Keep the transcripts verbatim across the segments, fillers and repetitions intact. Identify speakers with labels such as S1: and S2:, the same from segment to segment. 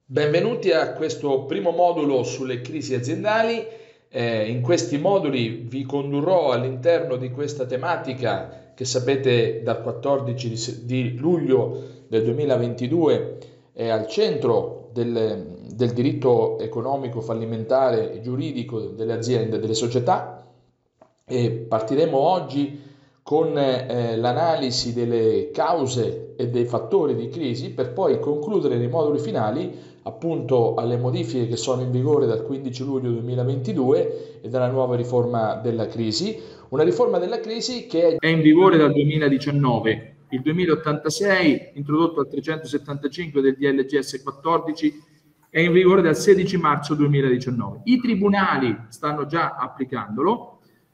S1: Benvenuti a questo primo modulo sulle crisi aziendali. Eh, in questi moduli vi condurrò all'interno di questa tematica che sapete dal quattordici di, di luglio del duemilaventidue è al centro del, del diritto economico, fallimentare e giuridico delle aziende e delle società. E partiremo oggi con eh, l'analisi delle cause e dei fattori di crisi per poi concludere nei moduli finali appunto alle modifiche che sono in vigore dal quindici luglio duemilaventidue e dalla nuova riforma della crisi, una riforma della crisi che è in vigore dal duemiladiciannove, il duemilaottantasei introdotto al trecentosettantacinque del D L G S quattordici è in vigore dal sedici marzo duemiladiciannove. I tribunali stanno già applicandolo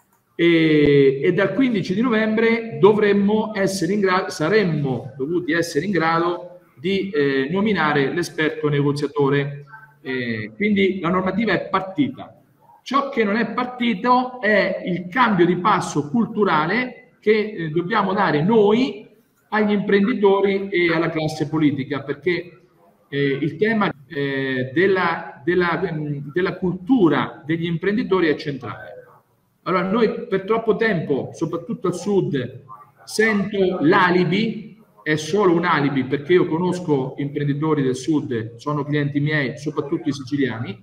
S1: e, e dal quindici di novembre dovremmo essere in grado, saremmo dovuti essere in grado di eh, nominare l'esperto negoziatore. Eh, quindi la normativa è partita. Ciò che non è partito è il cambio di passo culturale che eh, dobbiamo dare noi agli imprenditori e alla classe politica, perché eh, il tema eh, della, della, della cultura degli imprenditori è centrale. Allora, noi per troppo tempo, soprattutto al sud, sento l'alibi. È solo un alibi, perché io conosco imprenditori del sud, sono clienti miei, soprattutto i siciliani,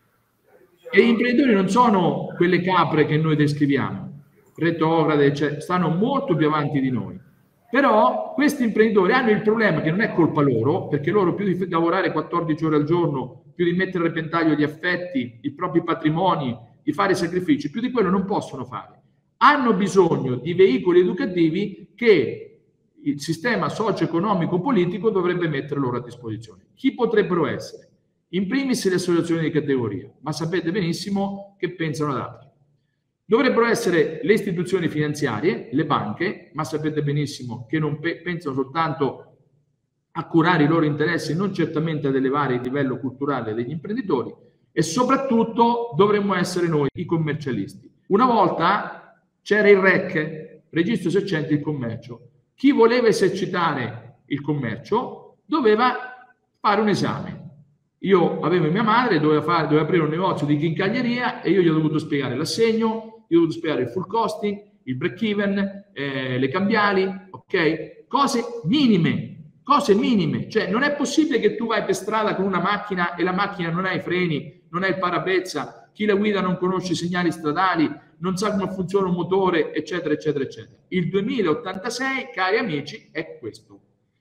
S1: e gli imprenditori non sono quelle capre che noi descriviamo, retrograde, cioè, stanno molto più avanti di noi. Però questi imprenditori hanno il problema che non è colpa loro, perché loro più di lavorare quattordici ore al giorno, più di mettere a repentaglio gli affetti, i propri patrimoni, di fare sacrifici, più di quello non possono fare. Hanno bisogno di veicoli educativi che il sistema socio-economico politico dovrebbe mettere loro a disposizione. Chi potrebbero essere? In primis le associazioni di categoria, ma sapete benissimo che pensano ad altri. Dovrebbero essere le istituzioni finanziarie, le banche, ma sapete benissimo che non pe- pensano soltanto a curare i loro interessi e non certamente ad elevare il livello culturale degli imprenditori, e soprattutto dovremmo essere noi, i commercialisti. Una volta c'era il R E C, Registro Esercenti il Commercio. Chi voleva esercitare il commercio doveva fare un esame. Io avevo mia madre, doveva, fare, doveva aprire un negozio di chincaglieria e io gli ho dovuto spiegare l'assegno, gli ho dovuto spiegare il full costing, il break even, eh, le cambiali, ok? Cose minime, cose minime. Cioè non è possibile che tu vai per strada con una macchina e la macchina non ha i freni, non ha il parabrezza, chi la guida non conosce i segnali stradali, non sa come funziona un motore, eccetera, eccetera, eccetera. Il duemilaottantasei, cari amici, è questo.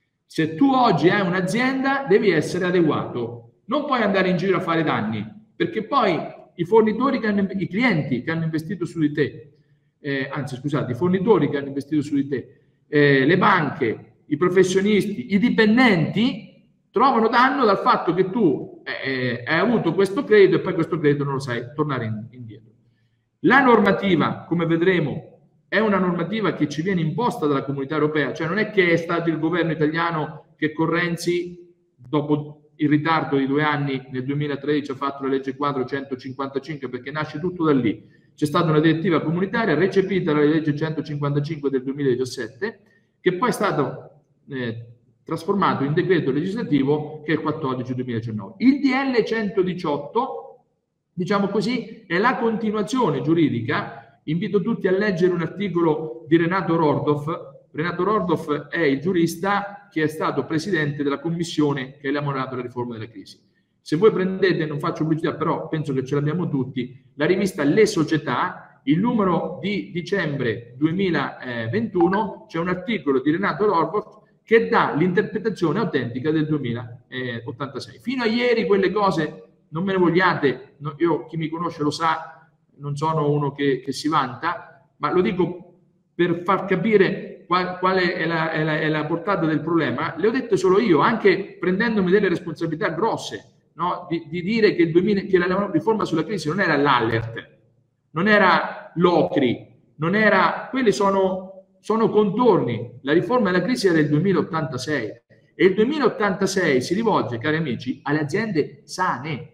S1: Se tu oggi hai un'azienda, devi essere adeguato. Non puoi andare in giro a fare danni, perché poi i fornitori, che hanno, i clienti che hanno investito su di te, eh, anzi scusate, i fornitori che hanno investito su di te, eh, le banche, i professionisti, i dipendenti, trovano danno dal fatto che tu eh, hai avuto questo credito e poi questo credito non lo sai tornare in, indietro. La normativa, come vedremo, è una normativa che ci viene imposta dalla Comunità Europea, cioè non è che è stato il governo italiano che con Renzi, dopo il ritardo di due anni, nel duemilatredici ha fatto la legge quadro centocinquantacinque, perché nasce tutto da lì. C'è stata una direttiva comunitaria recepita dalla legge centocinquantacinque del duemiladiciassette, che poi è stato eh, trasformato in decreto legislativo, che è il quattordici duemiladiciannove. Il D L centodiciotto, diciamo così, è la continuazione giuridica. Invito tutti a leggere un articolo di Renato Rordoff. Renato Rordoff è il giurista che è stato presidente della commissione che ha elaborato la riforma della crisi. Se voi prendete, non faccio pubblicità, però penso che ce l'abbiamo tutti, la rivista Le Società, il numero di dicembre duemilaventuno, c'è un articolo di Renato Rordoff che dà l'interpretazione autentica del duemilaottantasei. Fino a ieri quelle cose, non me ne vogliate, no, io chi mi conosce lo sa, non sono uno che, che si vanta, ma lo dico per far capire qual, qual è, la, è, la, è la portata del problema. Le ho dette solo io, anche prendendomi delle responsabilità grosse, no? di, di dire che, il duemila, che la riforma sulla crisi non era l'Allert, non era l'Ocri, non era, quelli sono, sono contorni. La riforma della crisi era del duemilaottantasei e il duemilaottantasei si rivolge, cari amici, alle aziende sane.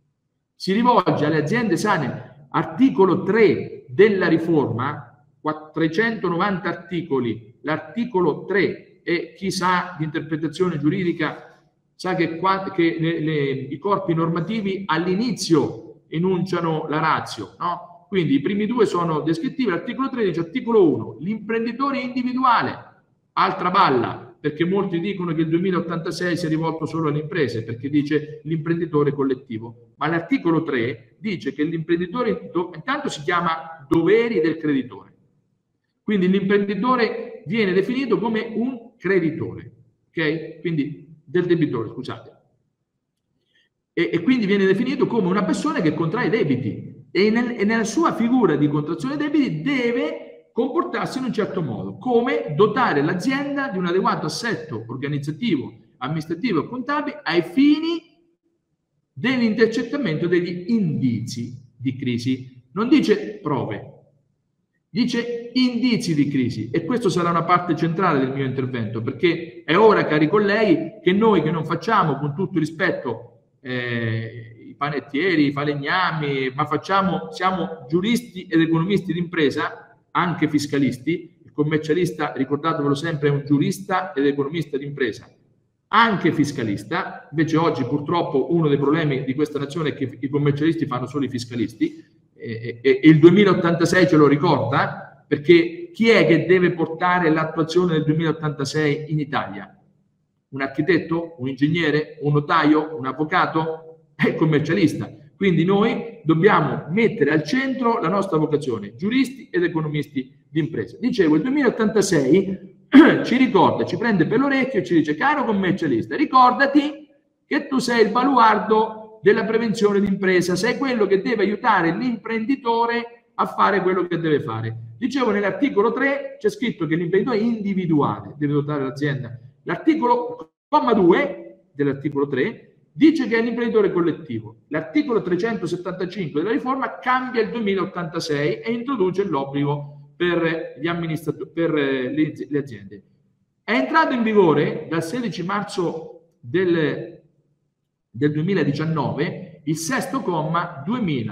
S1: Si rivolge alle aziende sane. Articolo tre della riforma, trecentonovanta articoli, l'articolo tre, e chi sa di interpretazione giuridica
S2: sa che, qua, che le, le, i corpi normativi all'inizio enunciano la ratio, no? Quindi i primi due sono descrittivi, l'articolo tredici, articolo uno, l'imprenditore individuale, altra balla, perché molti dicono che il duemilaottantasei sia rivolto solo alle imprese, perché dice l'imprenditore collettivo, ma l'articolo tre dice che l'imprenditore, intanto si chiama doveri del creditore, quindi l'imprenditore viene definito come un creditore, ok? Quindi del debitore, scusate, e, e quindi viene definito come una persona che contrae debiti e, nel, e nella sua figura di contrazione debiti deve comportarsi in un certo modo, come dotare l'azienda di un adeguato assetto organizzativo, amministrativo e contabile ai fini dell'intercettamento degli indizi di crisi. Non dice prove, dice indizi di crisi, e questo sarà una parte centrale del mio intervento, perché è ora, cari colleghi, che noi che non facciamo, con tutto il rispetto, eh, i panettieri, i falegnami, ma facciamo, siamo giuristi ed economisti d'impresa, anche fiscalisti. Il commercialista, ricordatevelo sempre, è un giurista ed economista d'impresa, anche fiscalista. Invece oggi purtroppo uno dei problemi di questa nazione è che i commercialisti fanno solo i fiscalisti, e, e, e il duemilaottantasei ce lo ricorda, perché chi è che deve portare l'attuazione del duemilaottantasei in Italia? Un architetto, un ingegnere, un notaio, un avvocato? È il commercialista. Quindi noi dobbiamo mettere al centro la nostra vocazione, giuristi ed economisti d'impresa. Dicevo, il duemilaottantasei ci ricorda, ci prende per l'orecchio e ci dice: caro commercialista, ricordati che tu sei il baluardo della prevenzione d'impresa, sei quello che deve aiutare l'imprenditore a fare quello che deve fare. Dicevo, nell'articolo tre c'è scritto che l'imprenditore individuale deve dotare l'azienda. L'articolo comma due dell'articolo tre dice che è l'imprenditore collettivo. L'articolo trecentosettantacinque della riforma cambia il duemilaottantasei e introduce l'obbligo per gli amministratori, per le, le aziende. È entrato in vigore dal sedici marzo del, del duemiladiciannove il sesto comma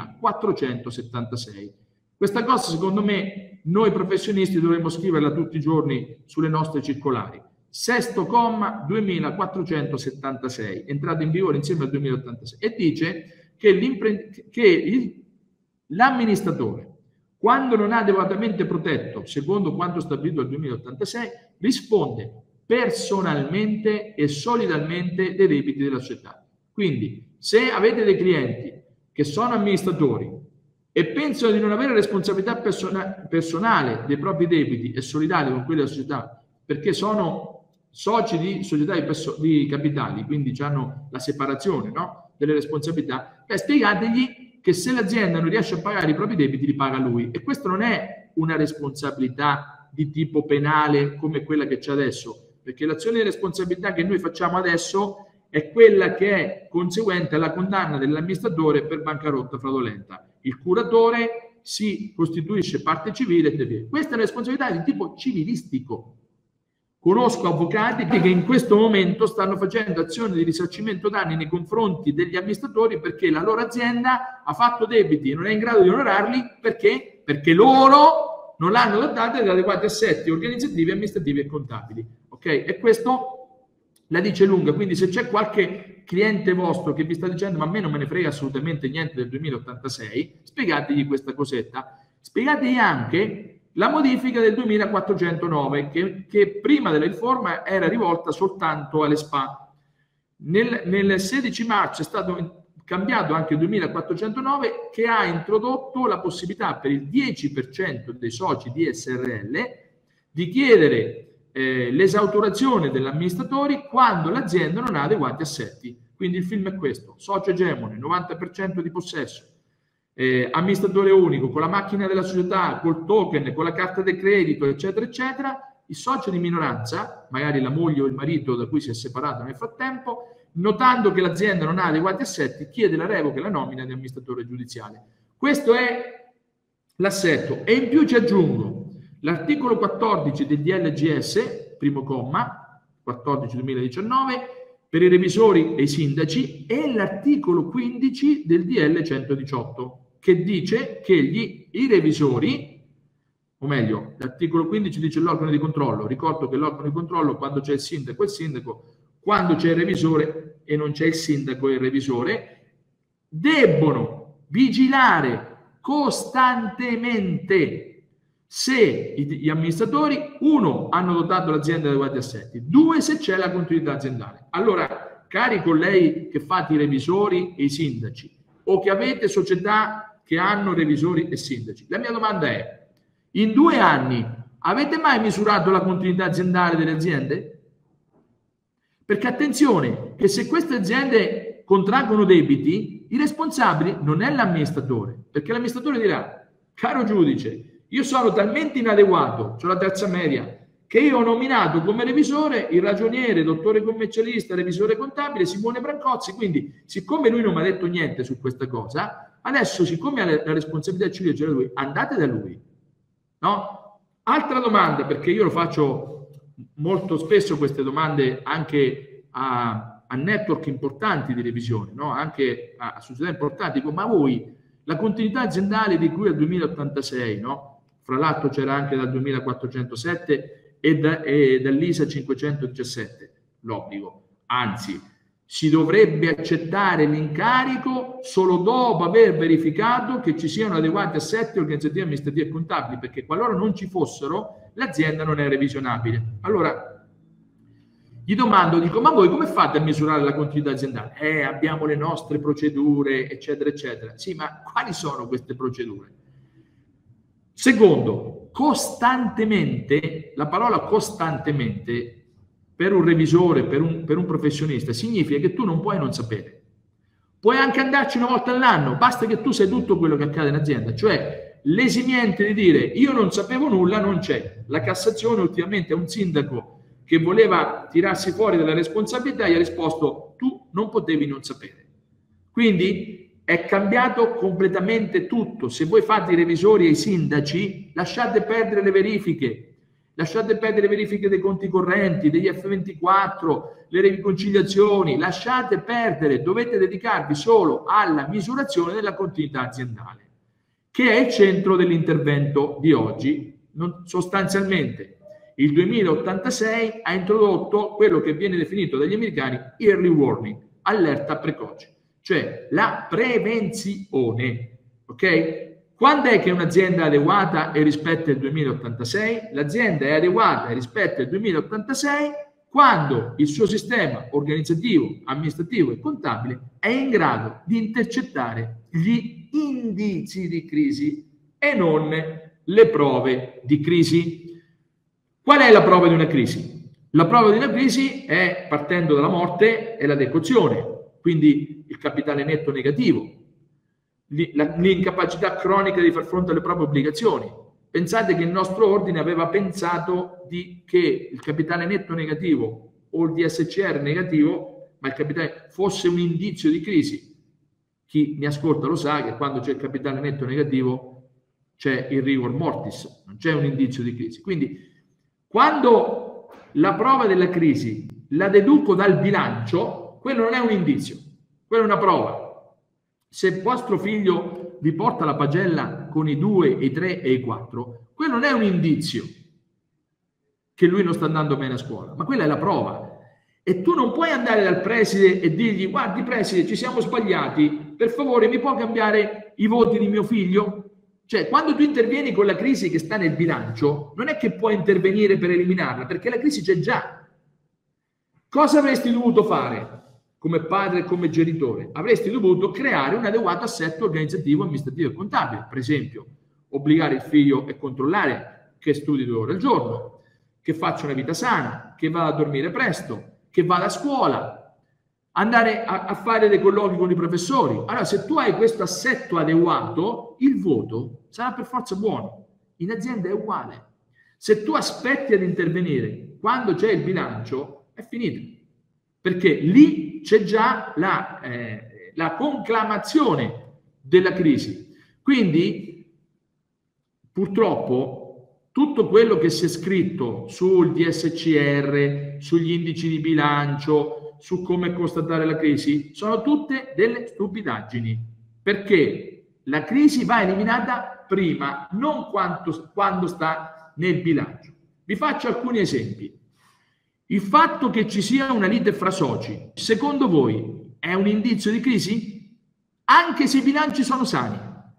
S2: duemilaquattrocentosettantasei. Questa cosa, secondo me, noi professionisti dovremmo scriverla tutti i giorni sulle nostre circolari. Sesto comma duemilaquattrocentosettantasei, entrato in vigore insieme al duemilaottantasei, e dice che, che l'amministratore, quando non ha adeguatamente protetto, secondo quanto stabilito dal duemilaottantasei, risponde personalmente e solidalmente dei debiti della società. Quindi, se avete dei clienti che sono amministratori e pensano di non avere responsabilità persona personale dei propri debiti e solidali con quelli della società, perché sono soci di società di, di capitali, quindi hanno la separazione, no, delle responsabilità, beh, spiegategli che se l'azienda non riesce a pagare i propri debiti li paga lui, e questa non è una responsabilità di tipo penale come quella che c'è adesso, perché l'azione di responsabilità che noi facciamo adesso è quella che è conseguente alla condanna dell'amministratore per bancarotta fraudolenta. Il curatore si costituisce parte civile e questa è una responsabilità di tipo civilistico. Conosco avvocati che in questo momento stanno facendo azioni di risarcimento danni nei confronti degli amministratori perché la loro azienda ha fatto debiti e non è in grado di onorarli. Perché? Perché loro non l'hanno dotata di adeguati assetti organizzativi, amministrativi e contabili. Ok? E questo la dice lunga. Quindi se c'è qualche cliente vostro che vi sta dicendo ma a me non me ne frega assolutamente niente del duemilaottantasei, spiegategli questa cosetta. Spiegategli anche la modifica del duemilaquattrocentonove, che, che prima della riforma era rivolta soltanto alle S P A. Nel, nel sedici marzo è stato cambiato anche il duemilaquattrocentonove, che ha introdotto la possibilità per il dieci per cento dei soci di S R L di chiedere eh, l'esautorazione degli amministratori quando l'azienda non ha adeguati assetti. Quindi il film è questo: socio egemone, novanta per cento di possesso, Eh, amministratore unico, con la macchina della società, col token, con la carta del credito, eccetera, eccetera. Il socio di minoranza, magari la moglie o il marito da cui si è separato nel frattempo, notando che l'azienda non ha adeguati assetti, chiede la revoca e la nomina di amministratore giudiziale. Questo è l'assetto. E in più ci aggiungo l'articolo quattordici del D L G S, primo comma, quattordici duemiladiciannove, per i revisori e i sindaci, e l'articolo quindici del D L centodiciotto, che dice che gli, i revisori, o meglio, l'articolo quindici dice l'organo di controllo. Ricordo che l'organo di controllo, quando c'è il sindaco, il sindaco quando c'è il revisore e non c'è il sindaco e il revisore, debbono vigilare costantemente se gli amministratori, uno, hanno dotato l'azienda di adeguati assetti, due, se c'è la continuità aziendale. Allora, cari colleghi che fate i revisori e i sindaci, o che avete società che hanno revisori e sindaci, la mia domanda è: in due anni avete mai misurato la continuità aziendale delle aziende? Perché attenzione, che se queste aziende contraggono debiti, i responsabili non è l'amministratore, perché l'amministratore dirà: caro giudice, io sono talmente inadeguato, ho la terza media, che io ho nominato come revisore il ragioniere, dottore commercialista, revisore contabile Simone Brancozzi, quindi siccome lui non mi ha detto niente su questa cosa, adesso siccome ha la responsabilità civile c'è lui, andate da lui. No? Altra domanda, perché io lo faccio molto spesso queste domande anche a, a network importanti di revisione, no? Anche a, a società importanti, dico: ma voi la continuità aziendale di cui al duemilaottantasei, no? Fra l'altro c'era anche dal duemilaquattrocentosette e, da, e dall'I S A cinquecentodiciassette l'obbligo, anzi si dovrebbe accettare l'incarico solo dopo aver verificato che ci siano adeguati assetti organizzativi, amministrativi e contabili, perché qualora non ci fossero l'azienda non è revisionabile. Allora gli domando, dico: ma voi come fate a misurare la continuità aziendale? Eh, abbiamo le nostre procedure, eccetera, eccetera. Sì, ma quali sono queste procedure? Secondo, costantemente, la parola costantemente per un revisore, per un, per un professionista, significa che tu non puoi non sapere. Puoi anche andarci una volta all'anno, basta che tu sai tutto quello che accade in azienda, cioè l'esimiente di dire io non sapevo nulla non c'è. La Cassazione ultimamente a un sindaco che voleva tirarsi fuori dalla responsabilità gli ha risposto: tu non potevi non sapere. Quindi è cambiato completamente tutto. Se voi fate i revisori e i sindaci, lasciate perdere le verifiche, lasciate perdere le verifiche dei conti correnti, degli F ventiquattro, le riconciliazioni, lasciate perdere, dovete dedicarvi solo alla misurazione della continuità aziendale, che è il centro dell'intervento di oggi. Non, sostanzialmente il duemilaottantasei ha introdotto quello che viene definito dagli americani early warning, allerta precoce, cioè la prevenzione, ok? Quando è che un'azienda è adeguata e rispetta il duemilaottantasei? L'azienda è adeguata e rispetta il duemilaottantasei quando il suo sistema organizzativo, amministrativo e contabile è in grado di intercettare gli indizi di crisi e non le prove di crisi. Qual è la prova di una crisi? La prova di una crisi è, partendo dalla morte, è la decozione, quindi il capitale netto negativo, l'incapacità cronica di far fronte alle proprie obbligazioni. Pensate che il nostro ordine aveva pensato di che il capitale netto negativo o il D S C R negativo, ma il capitale fosse un indizio di crisi. Chi mi ascolta lo sa che quando c'è il capitale netto negativo c'è il rigor mortis, non c'è un indizio di crisi. Quindi quando la prova della crisi la deduco dal bilancio, quello non è un indizio, quello è una prova. Se vostro figlio vi porta la pagella con i due, i tre e i quattro, quello non è un indizio che lui non sta andando bene a scuola, ma quella è la prova. E tu non puoi andare dal preside e dirgli: guardi preside, ci siamo sbagliati, per favore mi può cambiare i voti di mio figlio? Cioè, quando tu intervieni con la crisi che sta nel bilancio, non è che puoi intervenire per eliminarla, perché la crisi c'è già. Cosa avresti dovuto fare come padre e come genitore? Avresti dovuto creare un adeguato assetto organizzativo, amministrativo e contabile. Per esempio, obbligare il figlio a controllare che studi due ore al giorno, che faccia una vita sana, che vada a dormire presto, che vada a scuola, andare a, a fare dei colloqui con i professori. Allora, se tu hai questo assetto adeguato, il voto sarà per forza buono. In azienda è uguale. Se tu aspetti ad intervenire quando c'è il bilancio, è finito. Perché lì c'è già la, eh, la conclamazione della crisi. Quindi, purtroppo, tutto quello che si è scritto sul D S C R, sugli indici di bilancio, su come constatare la crisi, sono tutte delle stupidaggini, perché la crisi va eliminata prima, non quanto, quando sta nel bilancio. Vi faccio alcuni esempi. Il fatto che ci sia una lite fra soci, secondo voi, è un indizio di crisi? Anche se i bilanci sono sani.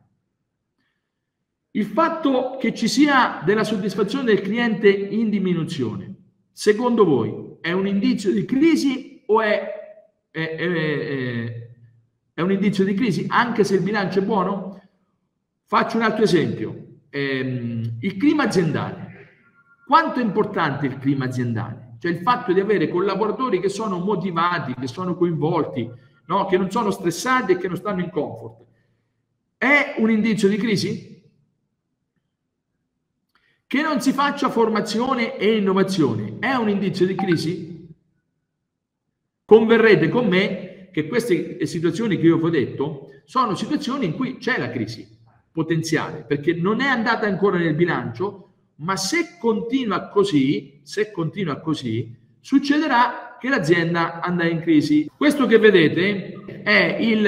S2: Il fatto che ci sia della soddisfazione del cliente in diminuzione, secondo voi, è un indizio di crisi o è, è, è, è, è un indizio di crisi anche se il bilancio è buono? Faccio un altro esempio. Ehm, il clima aziendale. Quanto è importante il clima aziendale? Cioè il fatto di avere collaboratori che sono motivati, che sono coinvolti, no? Che non sono stressati e che non stanno in comfort. È un indizio di crisi? Che non si faccia formazione e innovazione è un indizio di crisi? Converrete con me che queste situazioni che io vi ho detto sono situazioni in cui c'è la crisi potenziale, perché non è andata ancora nel bilancio, ma se continua così, se continua così, succederà che l'azienda andrà in crisi. Questo che vedete è il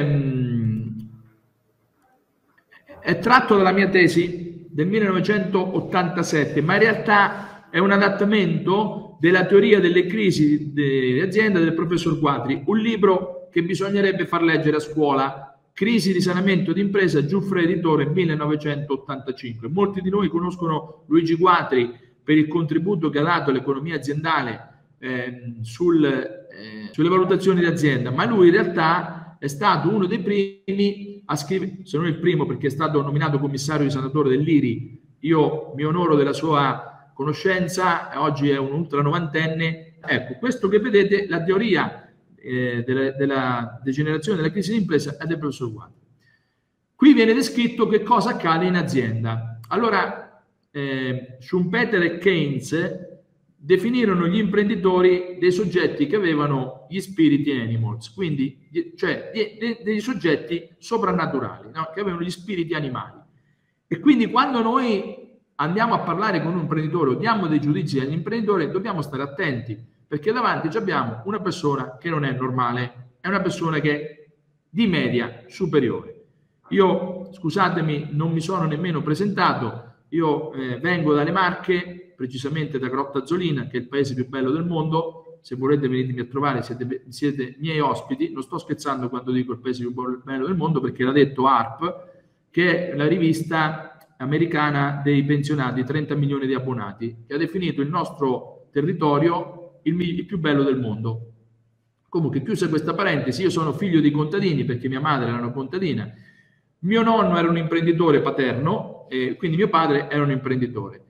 S2: è tratto dalla mia tesi del millenovecentottantasette, ma in realtà è un adattamento della teoria delle crisi delle aziende del professor Guatri, un libro che bisognerebbe far leggere a scuola. Crisi di risanamento d'impresa, Giuffre Editore, millenovecentottantacinque. Molti di noi conoscono Luigi Guatri per il contributo che ha dato all'economia aziendale eh, sul, eh, sulle valutazioni di azienda, ma lui in realtà è stato uno dei primi a scrivere, se non il primo perché è stato nominato commissario risanatore dell'I R I. Io mi onoro della sua conoscenza, oggi è un ultra novantenne. Ecco, questo che vedete, la teoria Eh, della, della degenerazione della crisi d'impresa è del professor Guatri. Qui viene descritto che cosa accade in azienda. Allora, eh, Schumpeter e Keynes definirono gli imprenditori dei soggetti che avevano gli spirit animals, quindi cioè dei, dei soggetti soprannaturali, no? Che avevano gli spiriti animali. E quindi quando noi andiamo a parlare con un imprenditore o diamo dei giudizi all'imprenditore, dobbiamo stare attenti, perché davanti abbiamo una persona che non è normale, è una persona che è di media superiore. Io, scusatemi, non mi sono nemmeno presentato, io eh, vengo dalle Marche, precisamente da Grottazzolina, che è il paese più bello del mondo. Se volete venitemi a trovare, siete, siete miei ospiti. Non sto scherzando quando dico il paese più bello del mondo, perché l'ha detto A R P, che è la rivista americana dei pensionati, trenta milioni di abbonati, che ha definito il nostro territorio Il, il più bello del mondo. Comunque, chiusa questa parentesi, io sono figlio di contadini perché mia madre era una contadina, mio nonno era un imprenditore paterno, e quindi mio padre era un imprenditore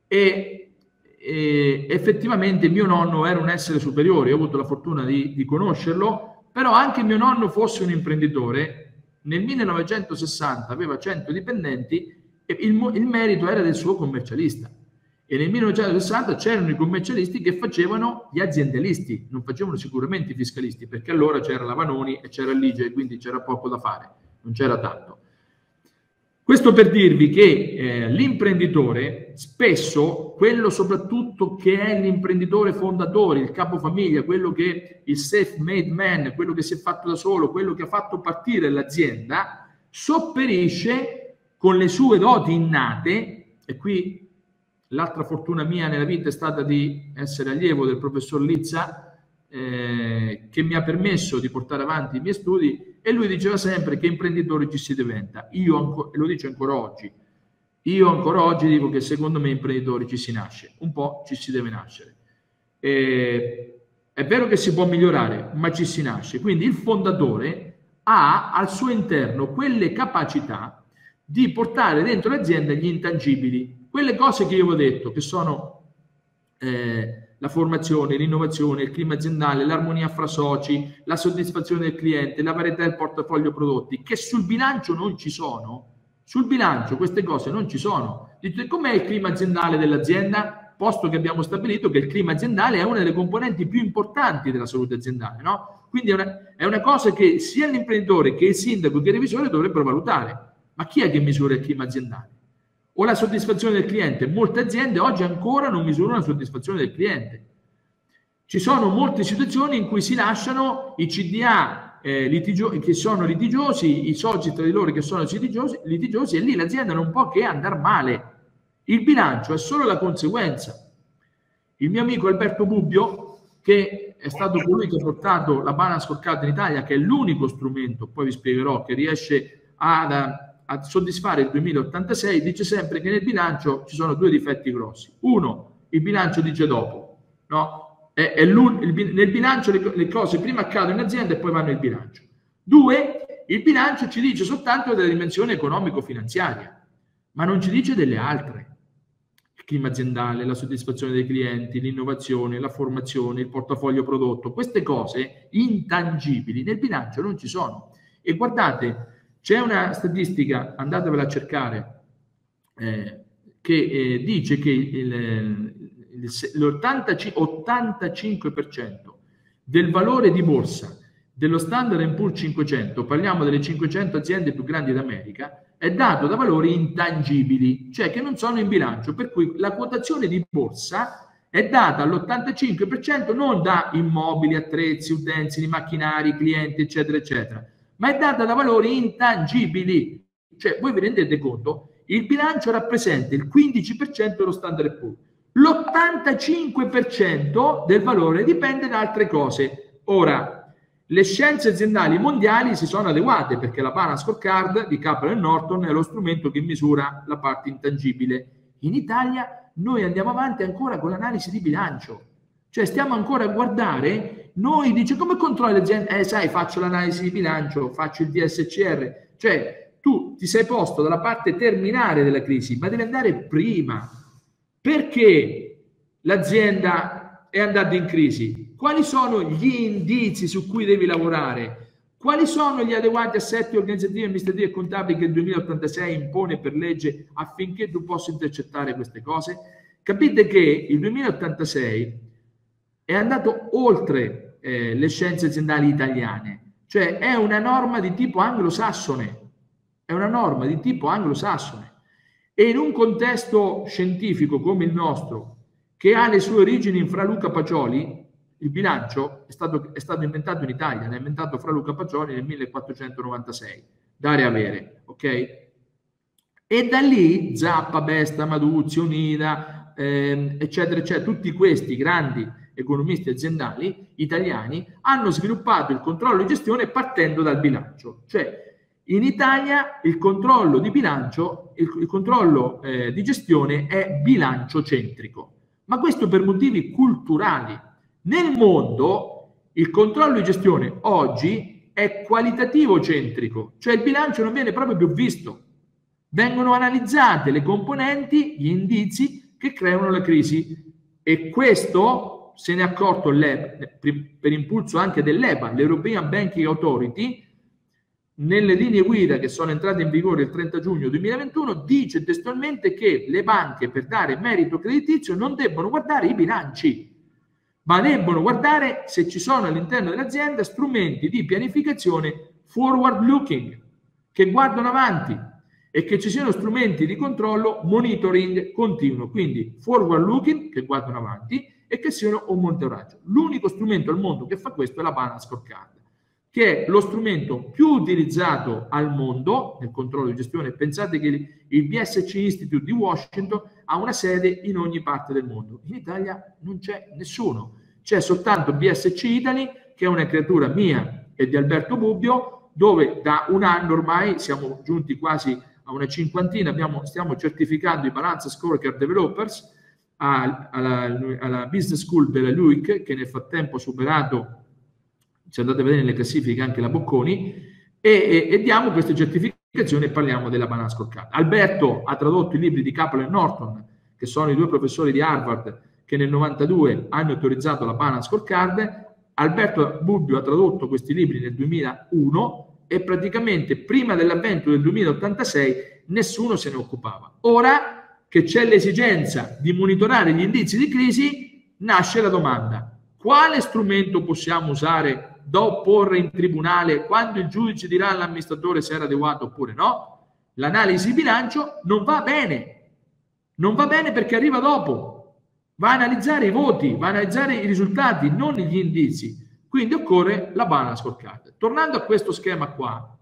S2: e, e effettivamente mio nonno era un essere superiore. Io ho avuto la fortuna di, di conoscerlo, però anche mio nonno fosse un imprenditore, nel millenovecentosessanta aveva cento dipendenti e il, il merito era del suo commercialista. E nel millenovecentosessanta c'erano i commercialisti che facevano gli aziendalisti, non facevano sicuramente i fiscalisti, perché allora c'era la Vanoni e c'era l'Ige e quindi c'era poco da fare, non c'era tanto. Questo per dirvi che eh, l'imprenditore, spesso, quello soprattutto che è l'imprenditore fondatore, il capofamiglia, quello che il self-made man, quello che si è fatto da solo, quello che ha fatto partire l'azienda, sopperisce con le sue doti innate, e qui l'altra fortuna mia nella vita è stata di essere allievo del professor Lizza, eh, che mi ha permesso di portare avanti i miei studi, e lui diceva sempre che imprenditori ci si diventa. Io ancora, e lo dice ancora oggi, io ancora oggi dico che secondo me imprenditori ci si nasce, un po' ci si deve nascere. Eh, è vero che si può migliorare, ma ci si nasce. Quindi il fondatore ha al suo interno quelle capacità di portare dentro l'azienda gli intangibili, quelle cose che io vi ho detto, che sono eh, la formazione, l'innovazione, il clima aziendale, l'armonia fra soci, la soddisfazione del cliente, la varietà del portafoglio prodotti, che sul bilancio non ci sono. Sul bilancio queste cose non ci sono. Dite, com'è il clima aziendale dell'azienda? Posto che abbiamo stabilito che il clima aziendale è una delle componenti più importanti della salute aziendale, no? Quindi è una, è una cosa che sia l'imprenditore che il sindaco che il revisore dovrebbero valutare. Ma chi è che misura il clima aziendale? O la soddisfazione del cliente? Molte aziende oggi ancora non misurano la soddisfazione del cliente. Ci sono molte situazioni in cui si lasciano i C D A eh, litigio- che sono litigiosi, i soci tra di loro che sono litigiosi, litigiosi, e lì l'azienda non può che andare male. Il bilancio è solo la conseguenza. Il mio amico Alberto Bubbio, che è stato colui che ha portato la Balance Scorecard in Italia, che è l'unico strumento, poi vi spiegherò, che riesce ad, a soddisfare il duemilaottantasei, dice sempre che nel bilancio ci sono due difetti grossi. Uno, il bilancio dice dopo, no? È, è il, nel bilancio le, le cose prima accadono in azienda e poi vanno nel bilancio. Due, il bilancio ci dice soltanto della dimensione economico-finanziaria, ma non ci dice delle altre. Il clima aziendale, la soddisfazione dei clienti, l'innovazione, la formazione, il portafoglio prodotto, queste cose intangibili nel bilancio non ci sono. E guardate, c'è una statistica, andatevela a cercare, eh, che eh, dice che l'ottantacinque per cento del valore di borsa dello Standard and Poor's cinquecento, parliamo delle cinquecento aziende più grandi d'America, è dato da valori intangibili, cioè che non sono in bilancio, per cui la quotazione di borsa è data all'ottantacinque per cento non da immobili, attrezzi, utensili, macchinari, clienti, eccetera, eccetera, ma è data da valori intangibili. Cioè, voi vi rendete conto? Il bilancio rappresenta il quindici per cento dello Standard and Poor's, l'ottantacinque per cento del valore dipende da altre cose. Ora, le scienze aziendali mondiali si sono adeguate perché la Balance Scorecard di Kaplan e Norton è lo strumento che misura la parte intangibile. In Italia noi andiamo avanti ancora con l'analisi di bilancio, cioè stiamo ancora a guardare, noi dice come controlli l'azienda? Eh sai, faccio l'analisi di bilancio, faccio il D S C R, cioè tu ti sei posto dalla parte terminale della crisi, ma devi andare prima. Perché l'azienda è andata in crisi? Quali sono gli indizi su cui devi lavorare? Quali sono gli adeguati assetti organizzativi, amministrativi e contabili che il duemilaottantasei impone per legge affinché tu possa intercettare queste cose? Capite che il duemilaottantasei è andato oltre eh, le scienze aziendali italiane, cioè è una norma di tipo anglosassone, è una norma di tipo anglosassone. E in un contesto scientifico come il nostro, che ha le sue origini in Fra Luca Pacioli, il bilancio è stato, è stato inventato in Italia, l'ha inventato Fra Luca Pacioli nel millequattrocentonovantasei, dare e avere, ok? E da lì Zappa, Besta, Maduzzi, Onida, ehm, eccetera, eccetera, tutti questi grandi economisti aziendali italiani hanno sviluppato il controllo di gestione partendo dal bilancio. Cioè, in Italia il controllo di bilancio, il, il controllo eh, di gestione è bilancio centrico, ma questo per motivi culturali. Nel mondo il controllo di gestione oggi è qualitativo centrico, cioè il bilancio non viene proprio più visto. Vengono analizzate le componenti, gli indizi che creano la crisi, e questo se ne è accorto l'E B A, per impulso anche dell'E B A, l'European Banking Authority, nelle linee guida che sono entrate in vigore il trenta giugno duemilaventuno, dice testualmente che le banche per dare merito creditizio non debbono guardare i bilanci, ma debbono guardare se ci sono all'interno dell'azienda strumenti di pianificazione forward looking, che guardano avanti, e che ci siano strumenti di controllo monitoring continuo, quindi forward looking, che guardano avanti, e che siano un monitoraggio. L'unico strumento al mondo che fa questo è la Balance Scorecard, che è lo strumento più utilizzato al mondo nel controllo di gestione. Pensate che il B S C Institute di Washington ha una sede in ogni parte del mondo. In Italia non c'è nessuno, c'è soltanto B S C Italy, che è una creatura mia e di Alberto Bubbio, dove da un anno ormai siamo giunti quasi a una cinquantina, abbiamo, stiamo certificando i Balance Scorecard Developers alla, alla Business School della L U I C, che nel frattempo ha superato, se andate a vedere nelle classifiche, anche la Bocconi, e, e, e diamo queste certificazioni e parliamo della Balance Scorecard. Alberto ha tradotto i libri di Kaplan e Norton, che sono i due professori di Harvard che nel novantadue hanno autorizzato la Balance Scorecard. Alberto Bubbio ha tradotto questi libri nel duemilauno e praticamente prima dell'avvento del duemilaottantasei nessuno se ne occupava. Ora che c'è l'esigenza di monitorare gli indizi di crisi, nasce la domanda: quale strumento possiamo usare da opporre in tribunale quando il giudice dirà all'amministratore se era adeguato oppure no? L'analisi di bilancio non va bene, non va bene perché arriva dopo, va a analizzare i voti, va a analizzare i risultati, non gli indizi. Quindi occorre la Balance Scorecard. Tornando a questo schema qua,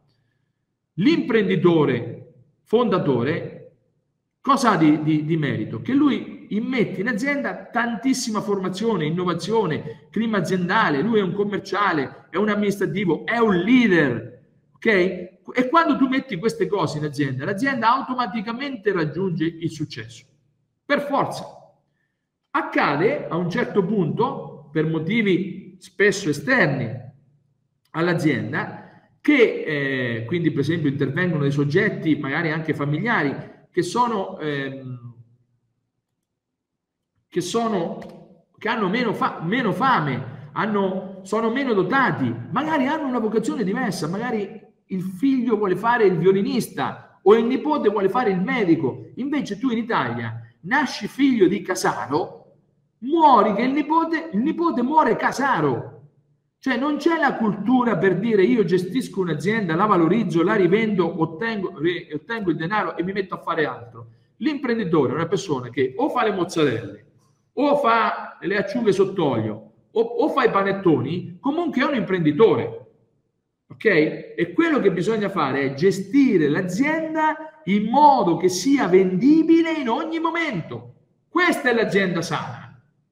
S2: l'imprenditore fondatore cosa ha di, di, di merito? Che lui immette in azienda tantissima formazione, innovazione, clima aziendale, lui è un commerciale, è un amministrativo, è un leader, ok? E quando tu metti queste cose in azienda, l'azienda automaticamente raggiunge il successo, per forza. Accade a un certo punto, per motivi spesso esterni all'azienda, che eh, quindi per esempio intervengono dei soggetti magari anche familiari che sono, ehm, che, sono che hanno meno, fa meno fame, hanno, sono meno dotati, magari hanno una vocazione diversa, magari il figlio vuole fare il violinista o il nipote vuole fare il medico, invece tu in Italia nasci figlio di casaro, muori che il nipote, il nipote muore casaro. Cioè non c'è la cultura per dire io gestisco un'azienda, la valorizzo, la rivendo, ottengo, ottengo il denaro e mi metto a fare altro. L'imprenditore è una persona che o fa le mozzarelle, o fa le acciughe sott'olio, o, o fa i panettoni, comunque è un imprenditore. Ok? E quello che bisogna fare è gestire l'azienda in modo che sia vendibile in ogni momento. Questa è l'azienda sana.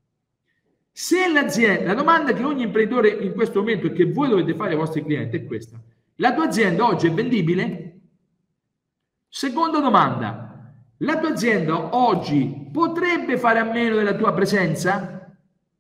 S2: Se l'azienda, la domanda che ogni imprenditore in questo momento e che voi dovete fare ai vostri clienti è questa: la tua azienda oggi è vendibile? Seconda domanda: la tua azienda oggi potrebbe fare a meno della tua presenza?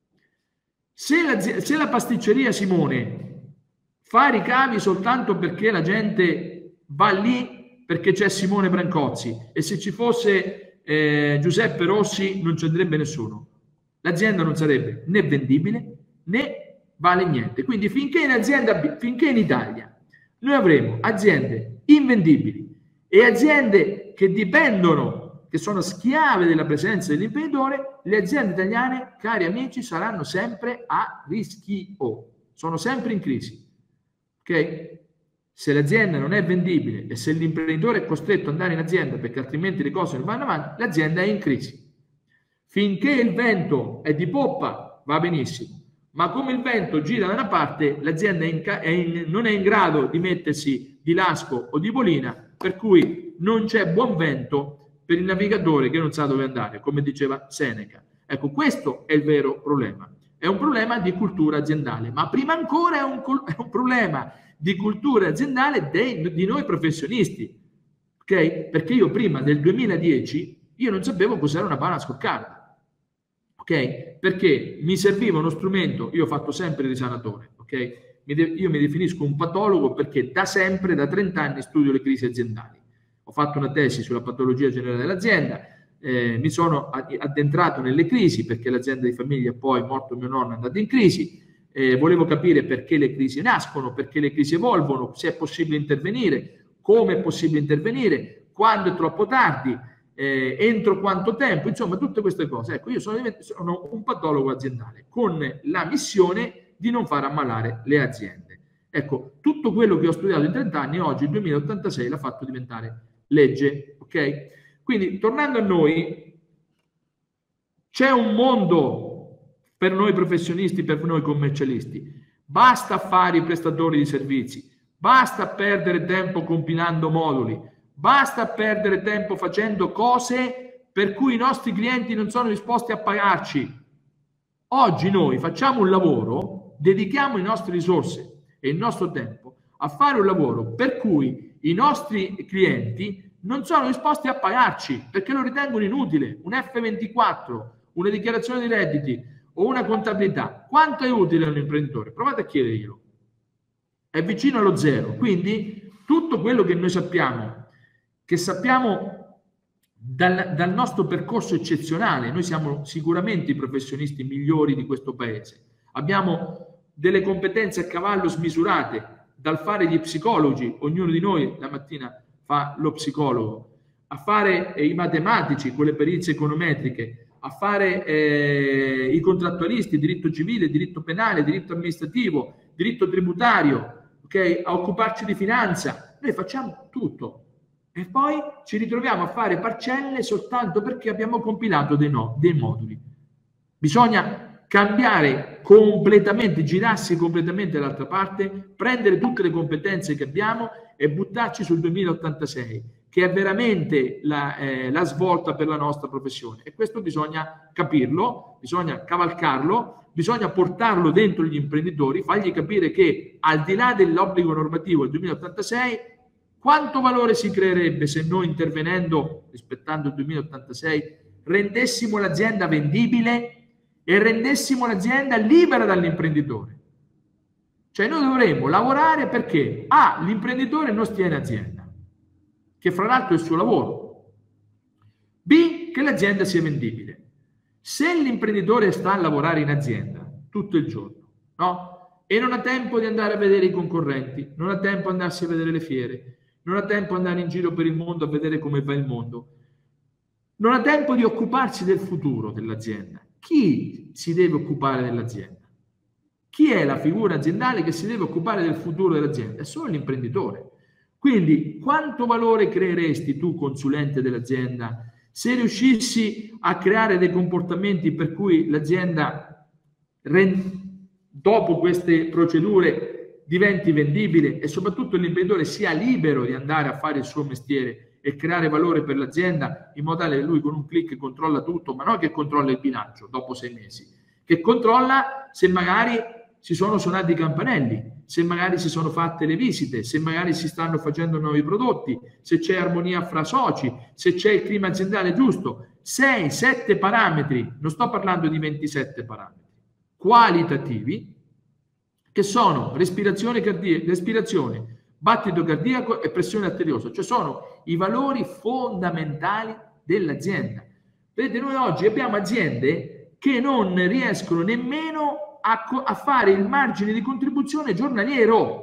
S2: Se la, se la pasticceria Simone fa ricavi soltanto perché la gente va lì perché c'è Simone Brancozzi e se ci fosse eh, Giuseppe Rossi non ci andrebbe nessuno, l'azienda non sarebbe né vendibile né vale niente. Quindi finché in, azienda, finché in Italia noi avremo aziende invendibili e aziende che dipendono, che sono schiave della presenza dell'imprenditore, le aziende italiane, cari amici, saranno sempre a rischio, sono sempre in crisi. Ok? Se l'azienda non è vendibile e se l'imprenditore è costretto ad andare in azienda perché altrimenti le cose non vanno avanti, l'azienda è in crisi. Finché il vento è di poppa va benissimo, ma come il vento gira da una parte, l'azienda non è in grado di mettersi di lasco o di bolina, per cui non c'è buon vento per il navigatore che non sa dove andare, come diceva Seneca. Ecco, questo è il vero problema. È un problema di cultura aziendale, ma prima ancora è un, è un problema di cultura aziendale dei, di noi professionisti, ok? Perché io prima del duemiladieci io non sapevo cos'era una panna scoccata. Ok? Perché mi serviva uno strumento, io ho fatto sempre il risanatore, ok? Io mi definisco un patologo perché da sempre, da trenta anni, studio le crisi aziendali. Ho fatto una tesi sulla patologia generale dell'azienda, eh, mi sono addentrato nelle crisi perché l'azienda di famiglia, poi morto mio nonno, è andata in crisi, eh, volevo capire perché le crisi nascono, perché le crisi evolvono, se è possibile intervenire, come è possibile intervenire, quando è troppo tardi, Eh, entro quanto tempo, insomma tutte queste cose. Ecco, io sono, sono un patologo aziendale con la missione di non far ammalare le aziende. Ecco, tutto quello che ho studiato in trenta anni oggi, il duemilaottantasei, l'ha fatto diventare legge, ok? Quindi, tornando a noi, c'è un mondo per noi professionisti, per noi commercialisti. Basta fare i prestatori di servizi, basta perdere tempo compilando moduli, basta perdere tempo facendo cose per cui i nostri clienti non sono disposti a pagarci. Oggi noi facciamo un lavoro, dedichiamo le nostre risorse e il nostro tempo a fare un lavoro per cui i nostri clienti non sono disposti a pagarci perché lo ritengono inutile. Un F ventiquattro, una dichiarazione di redditi o una contabilità, quanto è utile a un imprenditore? Provate a chiederglielo. È vicino allo zero. Quindi tutto quello che noi sappiamo che sappiamo dal, dal nostro percorso eccezionale, noi siamo sicuramente i professionisti migliori di questo paese, abbiamo delle competenze a cavallo smisurate, dal fare gli psicologi, ognuno di noi la mattina fa lo psicologo, a fare eh, i matematici con le perizie econometriche, a fare eh, i contrattualisti, diritto civile, diritto penale, diritto amministrativo, diritto tributario, okay? A occuparci di finanza, noi facciamo tutto. E poi ci ritroviamo a fare parcelle soltanto perché abbiamo compilato dei, no, dei moduli. Bisogna cambiare completamente, girarsi completamente dall'altra parte, prendere tutte le competenze che abbiamo e buttarci sul duemilaottantasei, che che è veramente la, eh, la svolta per la nostra professione. E questo bisogna capirlo, bisogna cavalcarlo, bisogna portarlo dentro gli imprenditori, fargli capire che al di là dell'obbligo normativo del duemilaottantasei, quanto valore si creerebbe se noi, intervenendo, rispettando il duemilaottantasei, rendessimo l'azienda vendibile e rendessimo l'azienda libera dall'imprenditore. Cioè noi dovremmo lavorare perché A, l'imprenditore non stiene azienda, che fra l'altro è il suo lavoro, B, che l'azienda sia vendibile. Se l'imprenditore sta a lavorare in azienda tutto il giorno, no? E non ha tempo di andare a vedere i concorrenti, non ha tempo di andarsi a vedere le fiere, non ha tempo di andare in giro per il mondo a vedere come va il mondo, non ha tempo di occuparsi del futuro dell'azienda. Chi si deve occupare dell'azienda? Chi è la figura aziendale che si deve occupare del futuro dell'azienda? È solo l'imprenditore. Quindi quanto valore creeresti tu, consulente dell'azienda, se riuscissi a creare dei comportamenti per cui l'azienda, dopo queste procedure, diventi vendibile e soprattutto l'imprenditore sia libero di andare a fare il suo mestiere e creare valore per l'azienda, in modo tale che lui con un clic controlla tutto, ma non che controlla il bilancio dopo sei mesi, che controlla se magari si sono suonati i campanelli, se magari si sono fatte le visite, se magari si stanno facendo nuovi prodotti, se c'è armonia fra soci, se c'è il clima aziendale giusto. sei sette parametri, non sto parlando di ventisette parametri, qualitativi, che sono respirazione cardiaca, respirazione, battito cardiaco e pressione arteriosa, cioè sono i valori fondamentali dell'azienda. Vedete, noi oggi abbiamo aziende che non riescono nemmeno a, a fare il margine di contribuzione giornaliero.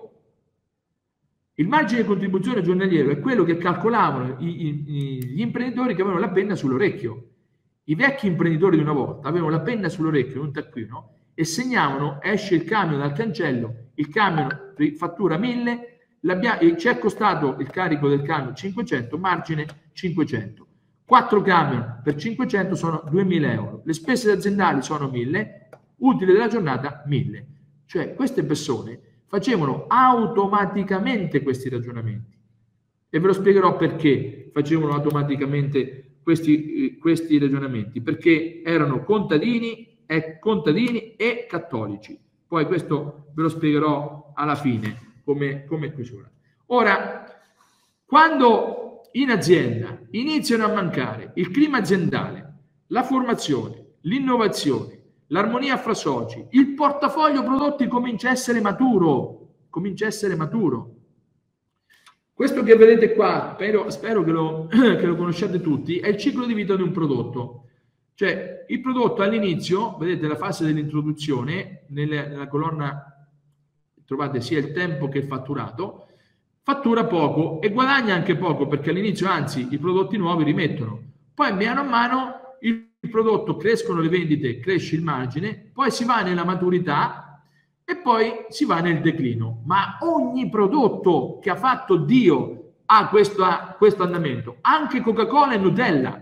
S2: Il margine di contribuzione giornaliero è quello che calcolavano i, i, gli imprenditori che avevano la penna sull'orecchio. I vecchi imprenditori di una volta avevano la penna sull'orecchio, un taccuino, e segnavano: esce il camion dal cancello, il camion fattura mille, ci è costato il carico del camion cinquecento, margine cinquecento. quattro camion per cinquecento sono duemila euro, le spese aziendali sono mille, utile della giornata mille. Cioè queste persone facevano automaticamente questi ragionamenti, e ve lo spiegherò perché facevano automaticamente questi, questi ragionamenti, perché erano contadini e contadini e cattolici. Poi questo ve lo spiegherò alla fine come, come chiusura. Ora, quando in azienda iniziano a mancare il clima aziendale, la formazione, l'innovazione, l'armonia fra soci, il portafoglio prodotti comincia a essere maturo, comincia a essere maturo. Questo che vedete qua, spero, spero che, lo, che lo conosciate tutti, è il ciclo di vita di un prodotto. Cioè, il prodotto all'inizio, vedete la fase dell'introduzione, nella, nella colonna trovate sia il tempo che il fatturato, fattura poco e guadagna anche poco, perché all'inizio, anzi, i prodotti nuovi rimettono. Poi, mano a mano, il prodotto crescono le vendite, cresce il margine, poi si va nella maturità e poi si va nel declino. Ma ogni prodotto che ha fatto Dio ha questo, ha questo andamento, anche Coca-Cola e Nutella.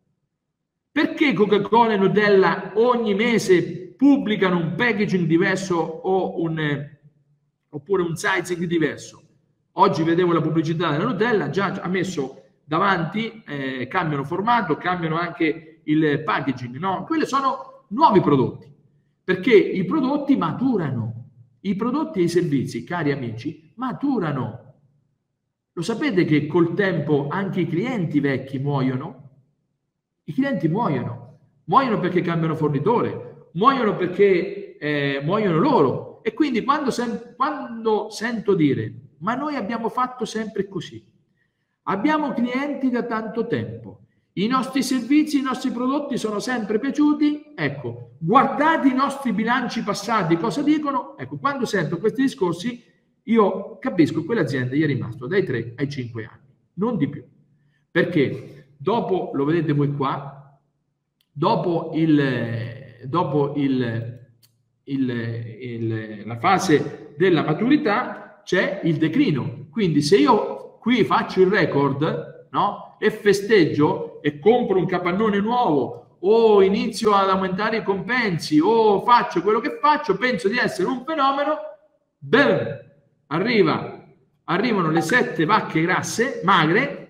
S2: Perché Coca-Cola e Nutella ogni mese pubblicano un packaging diverso o un, eh, oppure un sizing diverso? Oggi vedevo la pubblicità della Nutella, già ha messo davanti, eh, cambiano formato, cambiano anche il packaging, no? Quelli sono nuovi prodotti, perché i prodotti maturano, i prodotti e i servizi, cari amici, maturano. Lo sapete che col tempo anche i clienti vecchi muoiono? I clienti muoiono, muoiono perché cambiano fornitore, muoiono perché eh, muoiono loro. E quindi quando, sen quando sento dire: ma noi abbiamo fatto sempre così, abbiamo clienti da tanto tempo, i nostri servizi, i nostri prodotti sono sempre piaciuti, ecco, guardate i nostri bilanci passati, cosa dicono? Ecco, quando sento questi discorsi io capisco che quell'azienda gli è rimasto dai tre ai cinque anni, non di più. Perché? Dopo, lo vedete voi qua, dopo, il, dopo il, il, il, la fase della maturità c'è il declino. Quindi se io qui faccio il record, no? E festeggio e compro un capannone nuovo o inizio ad aumentare i compensi o faccio quello che faccio, penso di essere un fenomeno, bam, arriva, arrivano le sette vacche grasse, magre,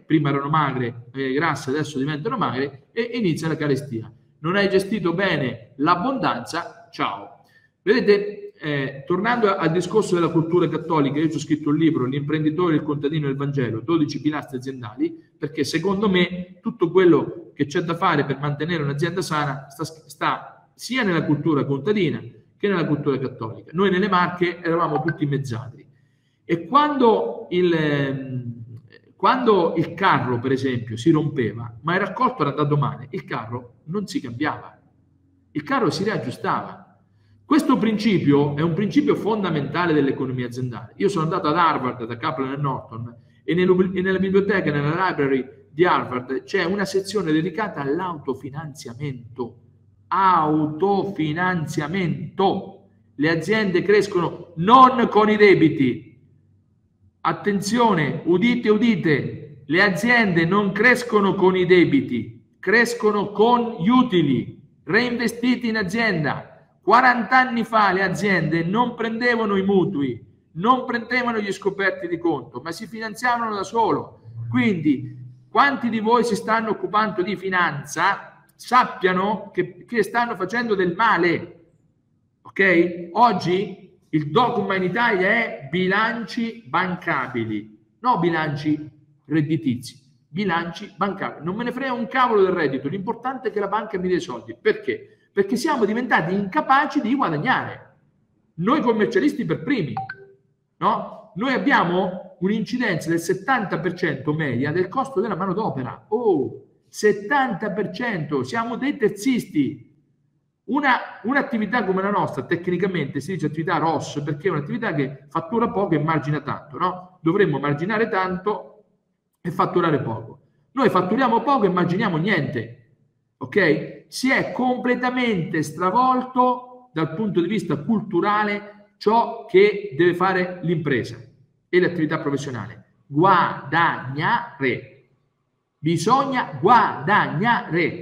S2: prima erano magre, eh, grasse, adesso diventano magre, e inizia la carestia. Non hai gestito bene l'abbondanza, ciao. Vedete, eh, tornando al discorso della cultura cattolica, io ho scritto un libro, L'imprenditore, il contadino e il Vangelo, dodici pilastri aziendali, perché secondo me tutto quello che c'è da fare per mantenere un'azienda sana sta, sta sia nella cultura contadina che nella cultura cattolica. Noi nelle Marche eravamo tutti mezzadri. E quando il, eh, quando il carro, per esempio, si rompeva, ma il raccolto era andato male, il carro non si cambiava, il carro si riaggiustava. Questo principio è un principio fondamentale dell'economia aziendale. Io sono andato ad Harvard, da Kaplan e Norton, e, nel, e nella biblioteca, nella library di Harvard, c'è una sezione dedicata all'autofinanziamento. Autofinanziamento. Le aziende crescono non con i debiti. Attenzione, udite, udite, le aziende non crescono con i debiti, crescono con gli utili reinvestiti in azienda. quaranta anni fa le aziende non prendevano i mutui, non prendevano gli scoperti di conto, ma si finanziavano da solo. Quindi, quanti di voi si stanno occupando di finanza, sappiano che, che stanno facendo del male. Ok? Oggi il dogma in Italia è bilanci bancabili, no bilanci redditizi, bilanci bancabili. Non me ne frega un cavolo del reddito, l'importante è che la banca mi dia i soldi. Perché? Perché siamo diventati incapaci di guadagnare. Noi commercialisti per primi, no? Noi abbiamo un'incidenza del settanta per cento media del costo della manodopera. Oh, settanta per cento, siamo dei terzisti. Una, un'attività come la nostra, tecnicamente si dice attività R O S, perché è un'attività che fattura poco e margina tanto, no? Dovremmo marginare tanto e fatturare poco. Noi fatturiamo poco e marginiamo niente, ok? Si è completamente stravolto dal punto di vista culturale ciò che deve fare l'impresa e l'attività professionale. Guadagnare. Bisogna guadagnare.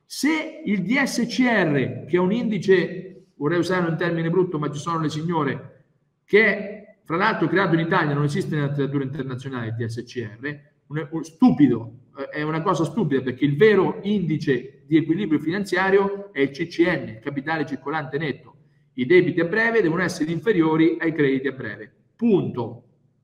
S2: Se il D S C R, che è un indice, vorrei usare un termine brutto, ma ci sono le signore, che è, fra l'altro, creato in Italia, non esiste nella letteratura internazionale il D S C R, un, un, stupido, è una cosa stupida, perché il vero indice di equilibrio finanziario è il C C N, il capitale circolante netto. I debiti a breve devono essere inferiori ai crediti a breve. Punto.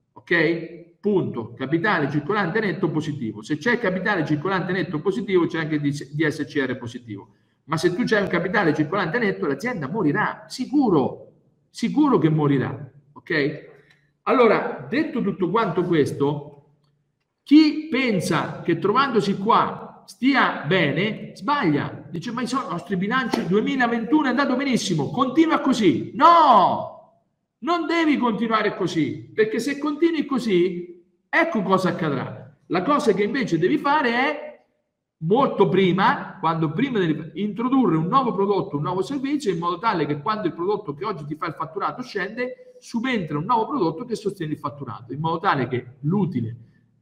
S2: Ok? Punto. Capitale circolante netto positivo. Se c'è capitale circolante netto positivo, c'è anche il D S C R positivo. Ma se tu c'hai un capitale circolante netto, l'azienda morirà. Sicuro. Sicuro che morirà. Ok? Allora, detto tutto quanto questo, chi pensa che trovandosi qua stia bene, sbaglia. Dice, ma i nostri bilanci duemilaventuno è andato benissimo, continua così. No! Non devi continuare così, perché se continui così, ecco cosa accadrà. La cosa che invece devi fare è, molto prima, quando prima devi introdurre un nuovo prodotto, un nuovo servizio, in modo tale che quando il prodotto che oggi ti fa il fatturato scende, subentra un nuovo prodotto che sostiene il fatturato, in modo tale che l'utile,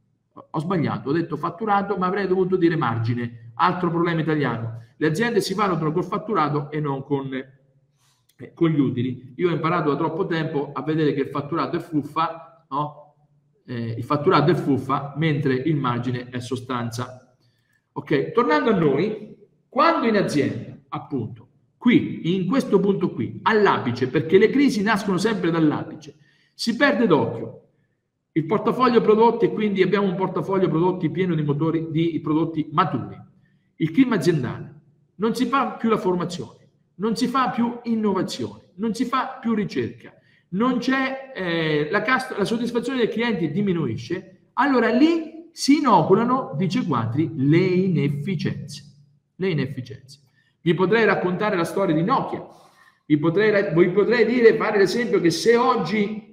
S2: ho sbagliato, ho detto fatturato, ma avrei dovuto dire margine, altro problema italiano. Le aziende si valutano col fatturato e non con... con gli utili. Io ho imparato da troppo tempo a vedere che il fatturato è fuffa, no? Eh, il fatturato è fuffa, mentre il margine è sostanza. Ok, tornando a noi, quando in azienda, appunto, qui, in questo punto qui, all'apice, perché le crisi nascono sempre dall'apice, si perde d'occhio il portafoglio prodotti, e quindi abbiamo un portafoglio prodotti pieno di motori, di prodotti maturi. Il clima aziendale, non si fa più la formazione, non si fa più innovazione, non si fa più ricerca, non c'è eh, la, cast- la soddisfazione dei clienti diminuisce, allora lì si inoculano, dice Quadri, le inefficienze. Le inefficienze. Vi potrei raccontare la storia di Nokia, vi potrei, vi potrei dire, fare l'esempio che se oggi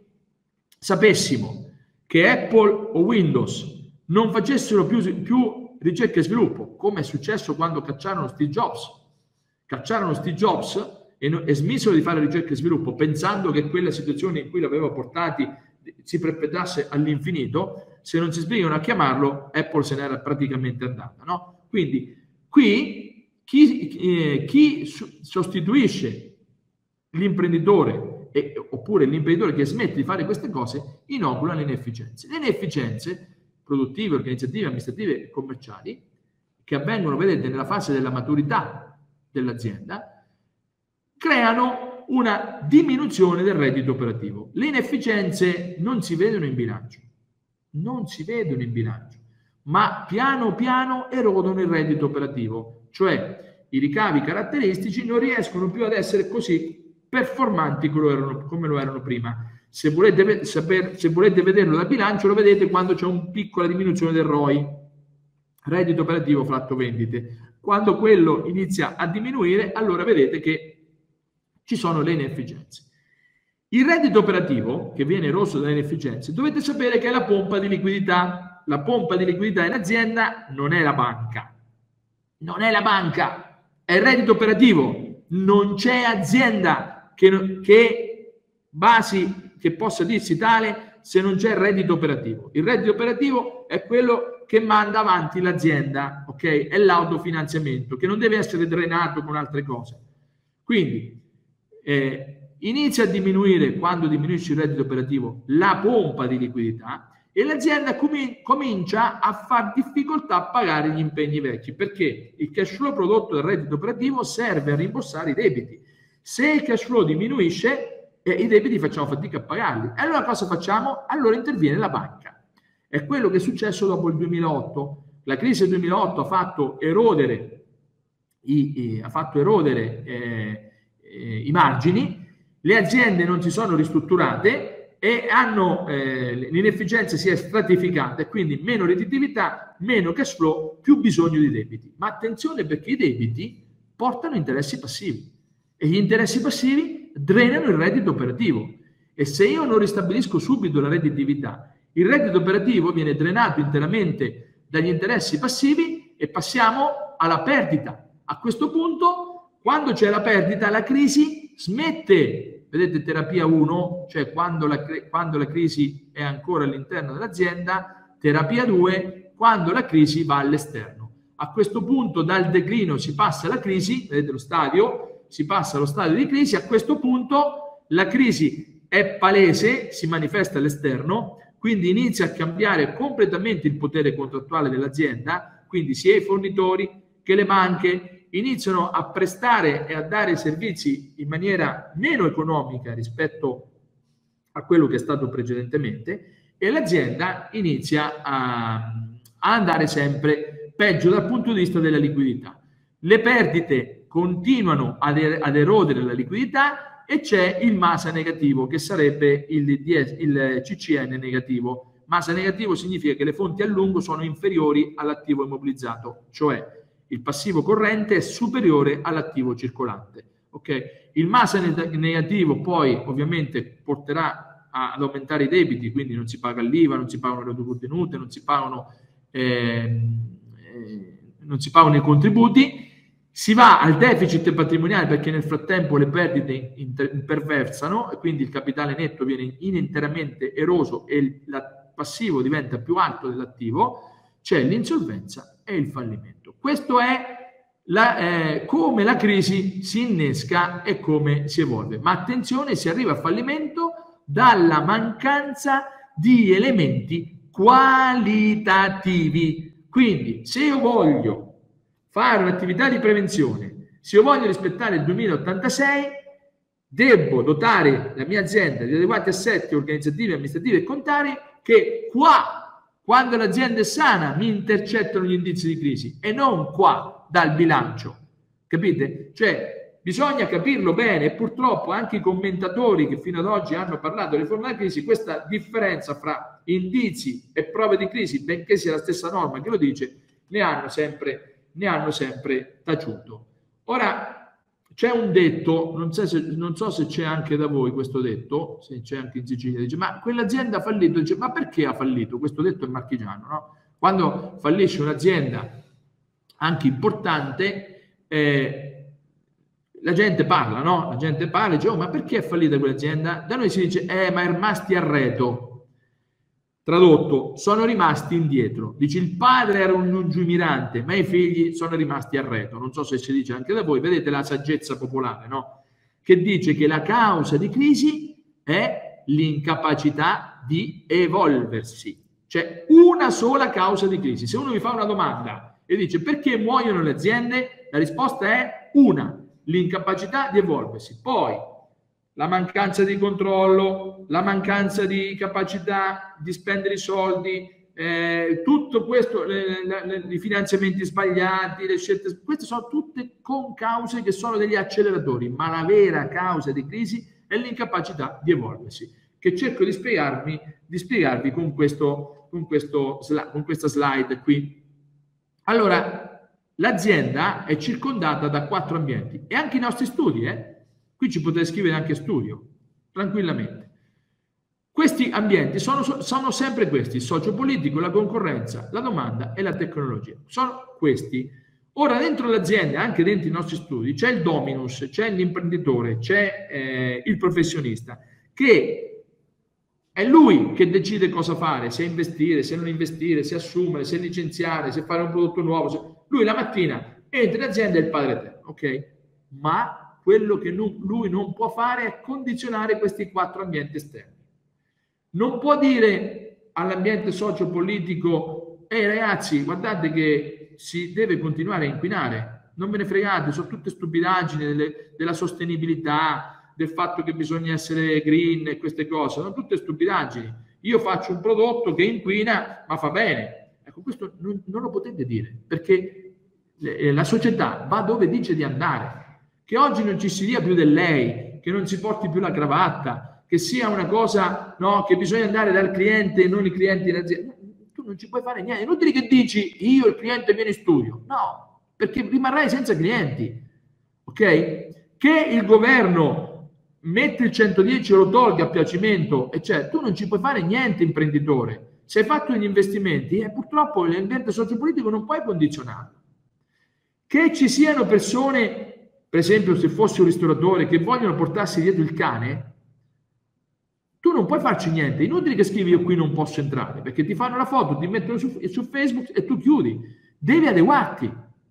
S2: sapessimo che Apple o Windows non facessero più, più ricerca e sviluppo, come è successo quando cacciarono Steve Jobs, cacciarono Steve Jobs e, no, e smisero di fare ricerca e sviluppo pensando che quella situazione in cui l'aveva portati si perpetrasse all'infinito, se non si sbrigano a chiamarlo, Apple se n'era praticamente andata, no? Quindi qui chi, eh, chi sostituisce l'imprenditore e, oppure l'imprenditore che smette di fare queste cose inocula le inefficienze. Le inefficienze produttive, organizzative, amministrative e commerciali, che avvengono, vedete, nella fase della maturità dell'azienda, creano una diminuzione del reddito operativo. Le inefficienze non si vedono in bilancio, non si vedono in bilancio, ma piano piano erodono il reddito operativo, cioè i ricavi caratteristici non riescono più ad essere così performanti come lo erano, come lo erano prima. Se volete, saper, se volete vederlo dal bilancio, lo vedete quando c'è una piccola diminuzione del R O I, reddito operativo fratto vendite. Quando quello inizia a diminuire, allora vedete che ci sono le inefficienze. Il reddito operativo, che viene eroso dalle inefficienze, dovete sapere che è la pompa di liquidità. La pompa di liquidità in azienda non è la banca, non è la banca, è il reddito operativo. Non c'è azienda che, che basi che possa dirsi tale se non c'è il reddito operativo. Il reddito operativo è quello che manda avanti l'azienda, ok? È l'autofinanziamento, che non deve essere drenato con altre cose. Quindi eh, inizia a diminuire, quando diminuisce il reddito operativo, la pompa di liquidità e l'azienda com- comincia a far difficoltà a pagare gli impegni vecchi, perché il cash flow prodotto dal reddito operativo serve a rimborsare i debiti. Se il cash flow diminuisce, e i debiti facciamo fatica a pagarli. E allora cosa facciamo? Allora interviene la banca. È quello che è successo dopo il duemilaotto. La crisi del duemilaotto ha fatto erodere i, i, ha fatto erodere eh, eh, i margini, le aziende non si sono ristrutturate e hanno eh, l'inefficienza si è stratificata e quindi meno redditività, meno cash flow, più bisogno di debiti. Ma attenzione, perché i debiti portano interessi passivi e gli interessi passivi drenano il reddito operativo, e se io non ristabilisco subito la redditività, il reddito operativo viene drenato interamente dagli interessi passivi e passiamo alla perdita. A questo punto, quando c'è la perdita, la crisi smette. Vedete, terapia uno, cioè quando la, quando la crisi è ancora all'interno dell'azienda, terapia due, quando la crisi va all'esterno. A questo punto dal declino si passa alla crisi, vedete lo stadio, si passa allo stadio di crisi. A questo punto la crisi è palese, si manifesta all'esterno, quindi inizia a cambiare completamente il potere contrattuale dell'azienda, quindi sia i fornitori che le banche iniziano a prestare e a dare servizi in maniera meno economica rispetto a quello che è stato precedentemente, e l'azienda inizia a, a andare sempre peggio dal punto di vista della liquidità. Le perdite continuano ad, er- ad erodere la liquidità e c'è il MASA negativo, che sarebbe il, D S, il C C N negativo. MASA negativo significa che le fonti a lungo sono inferiori all'attivo immobilizzato, cioè il passivo corrente è superiore all'attivo circolante. Okay? Il MASA negativo poi ovviamente porterà a, ad aumentare i debiti, quindi non si paga l'I V A, non si pagano le autocontenute, non si pagano, eh, eh, non si pagano i contributi. Si va al deficit patrimoniale perché nel frattempo le perdite imperversano e quindi il capitale netto viene interamente eroso e il passivo diventa più alto dell'attivo. C'è l'insolvenza e il fallimento. Questo è la, eh, come la crisi si innesca e come si evolve. Ma attenzione, si arriva a fallimento dalla mancanza di elementi qualitativi. Quindi se io voglio fare un'attività di prevenzione, se io voglio rispettare il duemilaottantasei, devo dotare la mia azienda di adeguati assetti organizzativi, amministrativi e contari che qua, quando l'azienda è sana, mi intercettano gli indizi di crisi e non qua dal bilancio. Capite? Cioè bisogna capirlo bene, e purtroppo anche i commentatori che fino ad oggi hanno parlato delle forme della crisi, questa differenza fra indizi e prove di crisi, benché sia la stessa norma che lo dice, ne hanno sempre ne hanno sempre taciuto. Ora c'è un detto, non so se, non so se c'è anche da voi questo detto, se c'è anche in Sicilia, dice ma quell'azienda ha fallito, dice ma perché ha fallito? Questo detto è marchigiano, no? Quando fallisce un'azienda anche importante, eh, la gente parla, no? La gente parla e dice oh ma perché è fallita quell'azienda? Da noi si dice eh ma è rimasti a reto. Tradotto, sono rimasti indietro. Dice il padre era un lungimirante, ma i figli sono rimasti a reto. Non so se si dice anche da voi, vedete la saggezza popolare, no? Che dice che la causa di crisi è l'incapacità di evolversi. C'è una sola causa di crisi. Se uno mi fa una domanda e dice perché muoiono le aziende, la risposta è una, l'incapacità di evolversi. Poi la mancanza di controllo, la mancanza di capacità di spendere i soldi, eh, tutto questo, le, le, i finanziamenti sbagliati, le scelte, queste sono tutte con cause che sono degli acceleratori, ma la vera causa di crisi è l'incapacità di evolversi, che cerco di spiegarmi, di spiegarvi con questo, con questo, con questa slide qui. Allora, l'azienda è circondata da quattro ambienti e anche i nostri studi, eh? Qui ci potete scrivere anche studio, tranquillamente. Questi ambienti sono, sono sempre questi: il sociopolitico, la concorrenza, la domanda e la tecnologia. Sono questi. Ora, dentro l'azienda, anche dentro i nostri studi, c'è il dominus, c'è l'imprenditore, c'è eh, il professionista, che è lui che decide cosa fare, se investire, se non investire, se assumere, se licenziare, se fare un prodotto nuovo. Se... Lui la mattina entra in azienda e è il padre eterno, ok? Ma quello che lui non può fare è condizionare questi quattro ambienti esterni. Non può dire all'ambiente socio-politico: ehi ragazzi, guardate che si deve continuare a inquinare, non ve ne fregate, sono tutte stupidaggini delle, della sostenibilità, del fatto che bisogna essere green e queste cose, sono tutte stupidaggini. Io faccio un prodotto che inquina ma fa bene. Ecco, questo non, non lo potete dire, perché la società va dove dice di andare. Che oggi non ci si dia più del lei, che non si porti più la cravatta, che sia una cosa, no, che bisogna andare dal cliente e non i clienti in azienda. Tu non ci puoi fare niente. È inutile che dici io il cliente viene in studio. No, perché rimarrai senza clienti. Ok? Che il governo mette il centodieci o lo tolga a piacimento, e cioè tu non ci puoi fare niente, imprenditore. Se hai fatto gli investimenti, eh, purtroppo l'ambiente sociopolitico non puoi condizionarlo. Che ci siano persone, per esempio se fossi un ristoratore, che vogliono portarsi dietro il cane, tu non puoi farci niente. Inutile che scrivi io qui non posso entrare, perché ti fanno la foto, ti mettono su, su Facebook e tu chiudi. Devi adeguarti,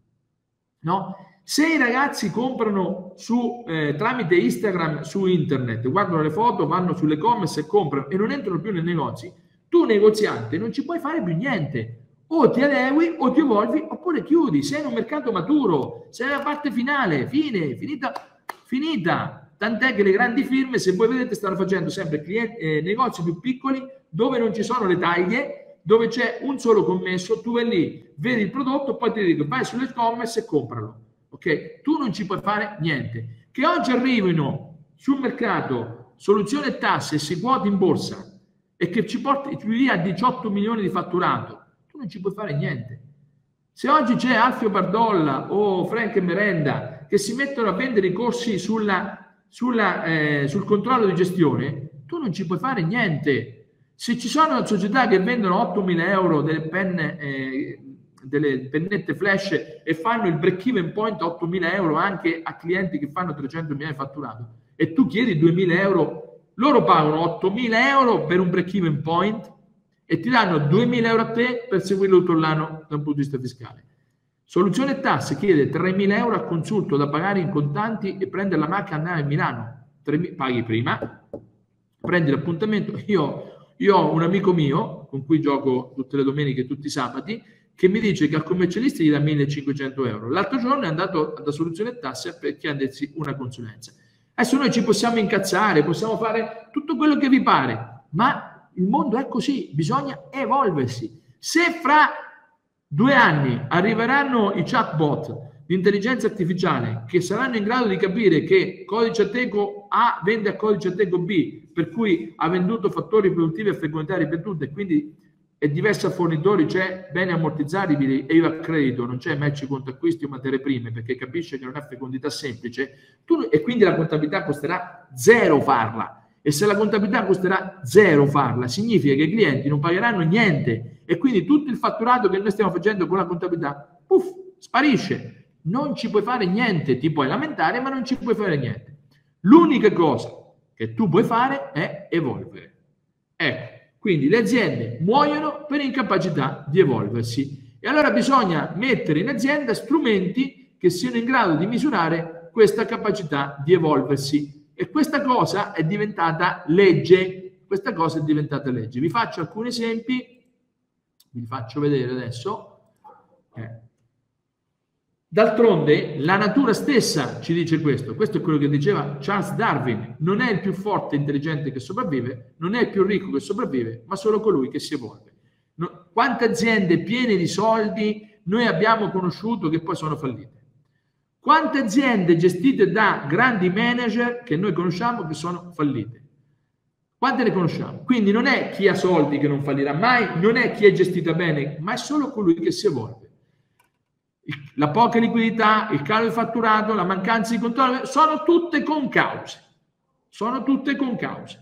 S2: no? Se i ragazzi comprano su, eh, tramite Instagram su internet, guardano le foto, vanno sull'e-commerce e comprano e non entrano più nei negozi, tu negoziante non ci puoi fare più niente. O ti adegui o ti evolvi oppure chiudi. Sei in un mercato maturo, sei alla parte finale, fine, finita, finita. Tant'è che le grandi firme, se voi vedete, stanno facendo sempre clienti, eh, negozi più piccoli dove non ci sono le taglie, dove c'è un solo commesso, tu vai lì, vedi il prodotto, poi ti dico vai sull'e-commerce e compralo. Ok? Tu non ci puoi fare niente. Che oggi arrivino sul mercato soluzioni e tasse e si quoti in borsa e che ci porti via a diciotto milioni di fatturato, tu non ci puoi fare niente. Se oggi c'è Alfio Bardolla o Frank Merenda che si mettono a vendere i corsi sulla Sulla, eh, sul controllo di gestione, tu non ci puoi fare niente. Se ci sono società che vendono ottomila euro delle penne, eh, delle pennette flash e fanno il break-even point a ottomila euro anche a clienti che fanno trecentomila di fatturato e tu chiedi duemila euro, loro pagano ottomila euro per un break-even point e ti danno duemila euro a te per seguirlo tutto l'anno da un punto di vista fiscale. Soluzione Tasse chiede tremila euro a consulto da pagare in contanti e prendere la macchina e andare a Milano. Paghi prima, prendi l'appuntamento. Io, io ho un amico mio con cui gioco tutte le domeniche e tutti i sabati che mi dice che al commercialista gli dà millecinquecento euro. L'altro giorno è andato da Soluzione Tasse per chiedersi una consulenza. Adesso noi ci possiamo incazzare, possiamo fare tutto quello che vi pare, ma il mondo è così, bisogna evolversi. Se fra due anni arriveranno i chatbot di intelligenza artificiale che saranno in grado di capire che codice ateco A vende a codice ateco B, per cui ha venduto fattori produttivi a fecondità ripetuta e quindi è diverso a fornitori, c'è beni ammortizzabili e io a credito, non c'è match conto acquisti o materie prime, perché capisce che non è fecondità semplice, tu, e quindi la contabilità costerà zero farla. E se la contabilità costerà zero farla, significa che i clienti non pagheranno niente e quindi tutto il fatturato che noi stiamo facendo con la contabilità, puff, sparisce. Non ci puoi fare niente, ti puoi lamentare, ma non ci puoi fare niente. L'unica cosa che tu puoi fare è evolvere. Ecco, quindi le aziende muoiono per incapacità di evolversi. E allora bisogna mettere in azienda strumenti che siano in grado di misurare questa capacità di evolversi. E questa cosa è diventata legge. Questa cosa è diventata legge. Vi faccio alcuni esempi vi faccio vedere adesso. Eh. D'altronde la natura stessa ci dice questo, questo è quello che diceva Charles Darwin: non è il più forte e intelligente che sopravvive, non è il più ricco che sopravvive, ma solo colui che si evolve. No, quante aziende piene di soldi noi abbiamo conosciuto che poi sono fallite? Quante aziende gestite da grandi manager che noi conosciamo che sono fallite? Quante ne conosciamo? Quindi non è chi ha soldi che non fallirà mai, non è chi è gestita bene, ma è solo colui che si evolve. La poca liquidità, il calo di fatturato, la mancanza di controllo, sono tutte concause. Sono tutte concause.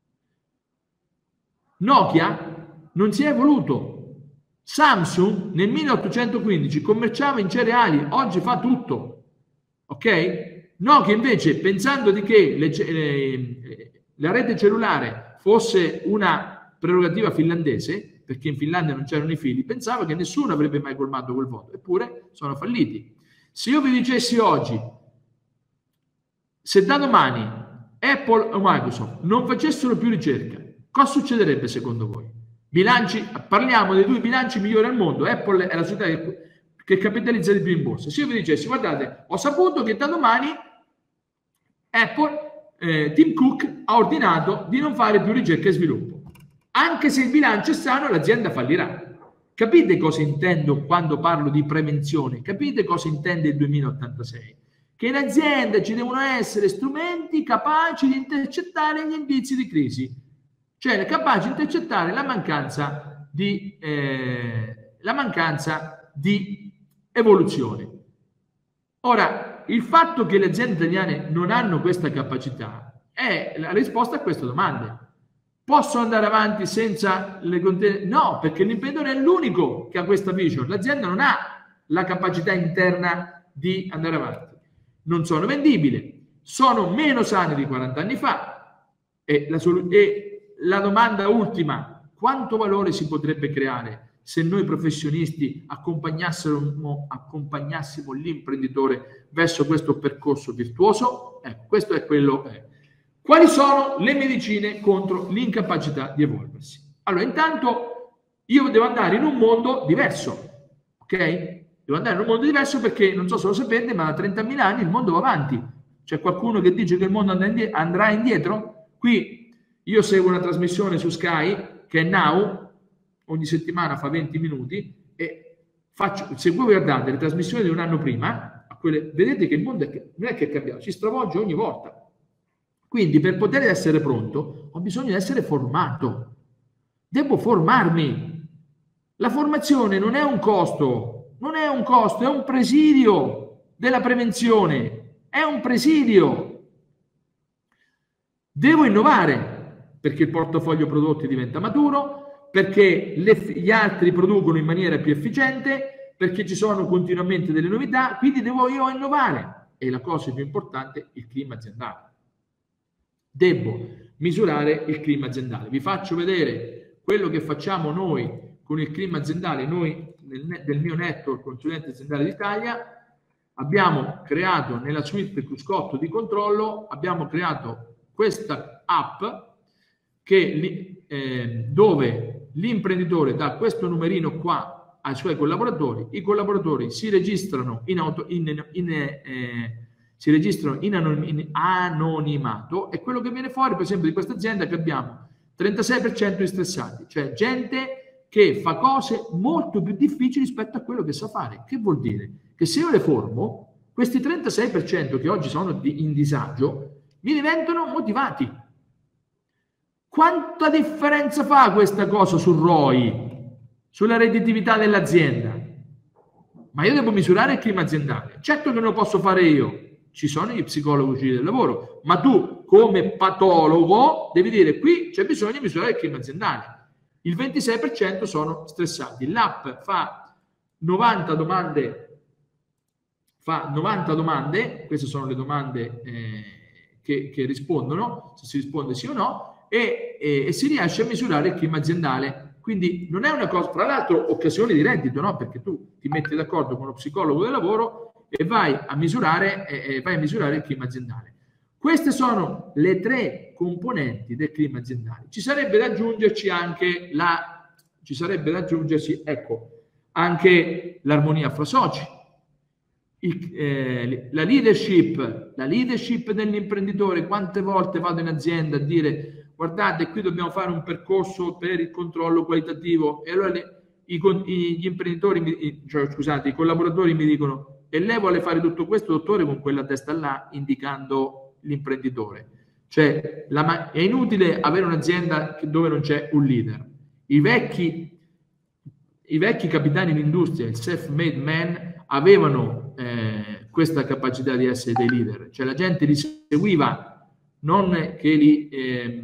S2: Nokia non si è evoluto. Samsung nel milleottocentoquindici commerciava in cereali, oggi fa tutto. Ok? Nokia invece, pensando di che le, le, la rete cellulare fosse una prerogativa finlandese, perché in Finlandia non c'erano i fili, pensava che nessuno avrebbe mai colmato quel vuoto, eppure sono falliti. Se io vi dicessi oggi, se da domani Apple o Microsoft non facessero più ricerca, cosa succederebbe secondo voi? Bilanci, parliamo dei due bilanci migliori al mondo, Apple è la società che, che capitalizza di più in borsa. Se io vi dicessi, guardate, ho saputo che da domani Apple, eh, Tim Cook ha ordinato di non fare più ricerca e sviluppo. Anche se il bilancio è sano, l'azienda fallirà. Capite cosa intendo quando parlo di prevenzione? Capite cosa intende il duemilaottantasei? Che in azienda ci devono essere strumenti capaci di intercettare gli indizi di crisi, cioè capaci di intercettare la mancanza di, eh, la mancanza di evoluzione. Ora, il fatto che le aziende italiane non hanno questa capacità è la risposta a queste domande. Posso andare avanti senza le contenere? No, perché l'imprenditore è l'unico che ha questa vision. L'azienda non ha la capacità interna di andare avanti. Non sono vendibili, sono meno sane di quaranta anni fa. E la, e la domanda ultima, quanto valore si potrebbe creare se noi professionisti accompagnassimo, accompagnassimo l'imprenditore verso questo percorso virtuoso? Ecco, questo è quello che è. Quali sono le medicine contro l'incapacità di evolversi? Allora, intanto io devo andare in un mondo diverso, ok? Devo andare in un mondo diverso perché, non so se lo sapete, ma da trentamila anni il mondo va avanti. C'è qualcuno che dice che il mondo andrà indietro? Qui io seguo una trasmissione su Sky, che è Now, ogni settimana fa venti minuti, e faccio, se voi guardate le trasmissioni di un anno prima, a quelle, vedete che il mondo è, non è che è cambiato, si stravolge ogni volta. Quindi per poter essere pronto ho bisogno di essere formato, devo formarmi. La formazione non è un costo, non è un costo, è un presidio della prevenzione, è un presidio. Devo innovare perché il portafoglio prodotti diventa maturo, perché le, gli altri producono in maniera più efficiente, perché ci sono continuamente delle novità, quindi devo io innovare. E la cosa più importante, il clima aziendale. Devo misurare il clima aziendale. Vi faccio vedere quello che facciamo noi con il clima aziendale. Noi nel, del mio network Consulente Aziendale d'Italia abbiamo creato nella suite cruscotto di controllo, abbiamo creato questa app che, eh, dove l'imprenditore dà questo numerino qua ai suoi collaboratori, i collaboratori si registrano in, auto, in, in, in eh, si registrano in, in anonimato e quello che viene fuori, per esempio, di questa azienda è che abbiamo trentasei per cento di stressati, cioè gente che fa cose molto più difficili rispetto a quello che sa fare. Che vuol dire? Che se io le formo, questi trentasei per cento che oggi sono di, in disagio, mi diventano motivati. Quanta differenza fa questa cosa sul R O I, sulla redditività dell'azienda? Ma io devo misurare il clima aziendale. Certo che non lo posso fare io. Ci sono gli psicologi del lavoro, ma tu come patologo devi dire qui c'è bisogno di misurare il clima aziendale. Il ventisei per cento sono stressati. L'app fa novanta domande, fa novanta domande, queste sono le domande eh, che, che rispondono, se si risponde sì o no, e, e, e si riesce a misurare il clima aziendale. Quindi non è una cosa, tra l'altro, occasione di reddito, no? Perché tu ti metti d'accordo con lo psicologo del lavoro e vai a misurare, e vai a misurare il clima aziendale. Queste sono le tre componenti del clima aziendale. Ci sarebbe da aggiungerci anche la ci sarebbe da aggiungersi, ecco, anche l'armonia fra soci, il, eh, la leadership, la leadership dell'imprenditore. Quante volte vado in azienda a dire: guardate, qui dobbiamo fare un percorso per il controllo qualitativo, e allora le, i, gli imprenditori, mi, cioè, scusate, i collaboratori mi dicono: e lei vuole fare tutto questo, dottore, con quella testa là, indicando l'imprenditore. Cioè, la, è inutile avere un'azienda dove non c'è un leader. I vecchi, i vecchi capitani d'industria, il self-made man, avevano eh, questa capacità di essere dei leader. Cioè, la gente li seguiva, non che li eh,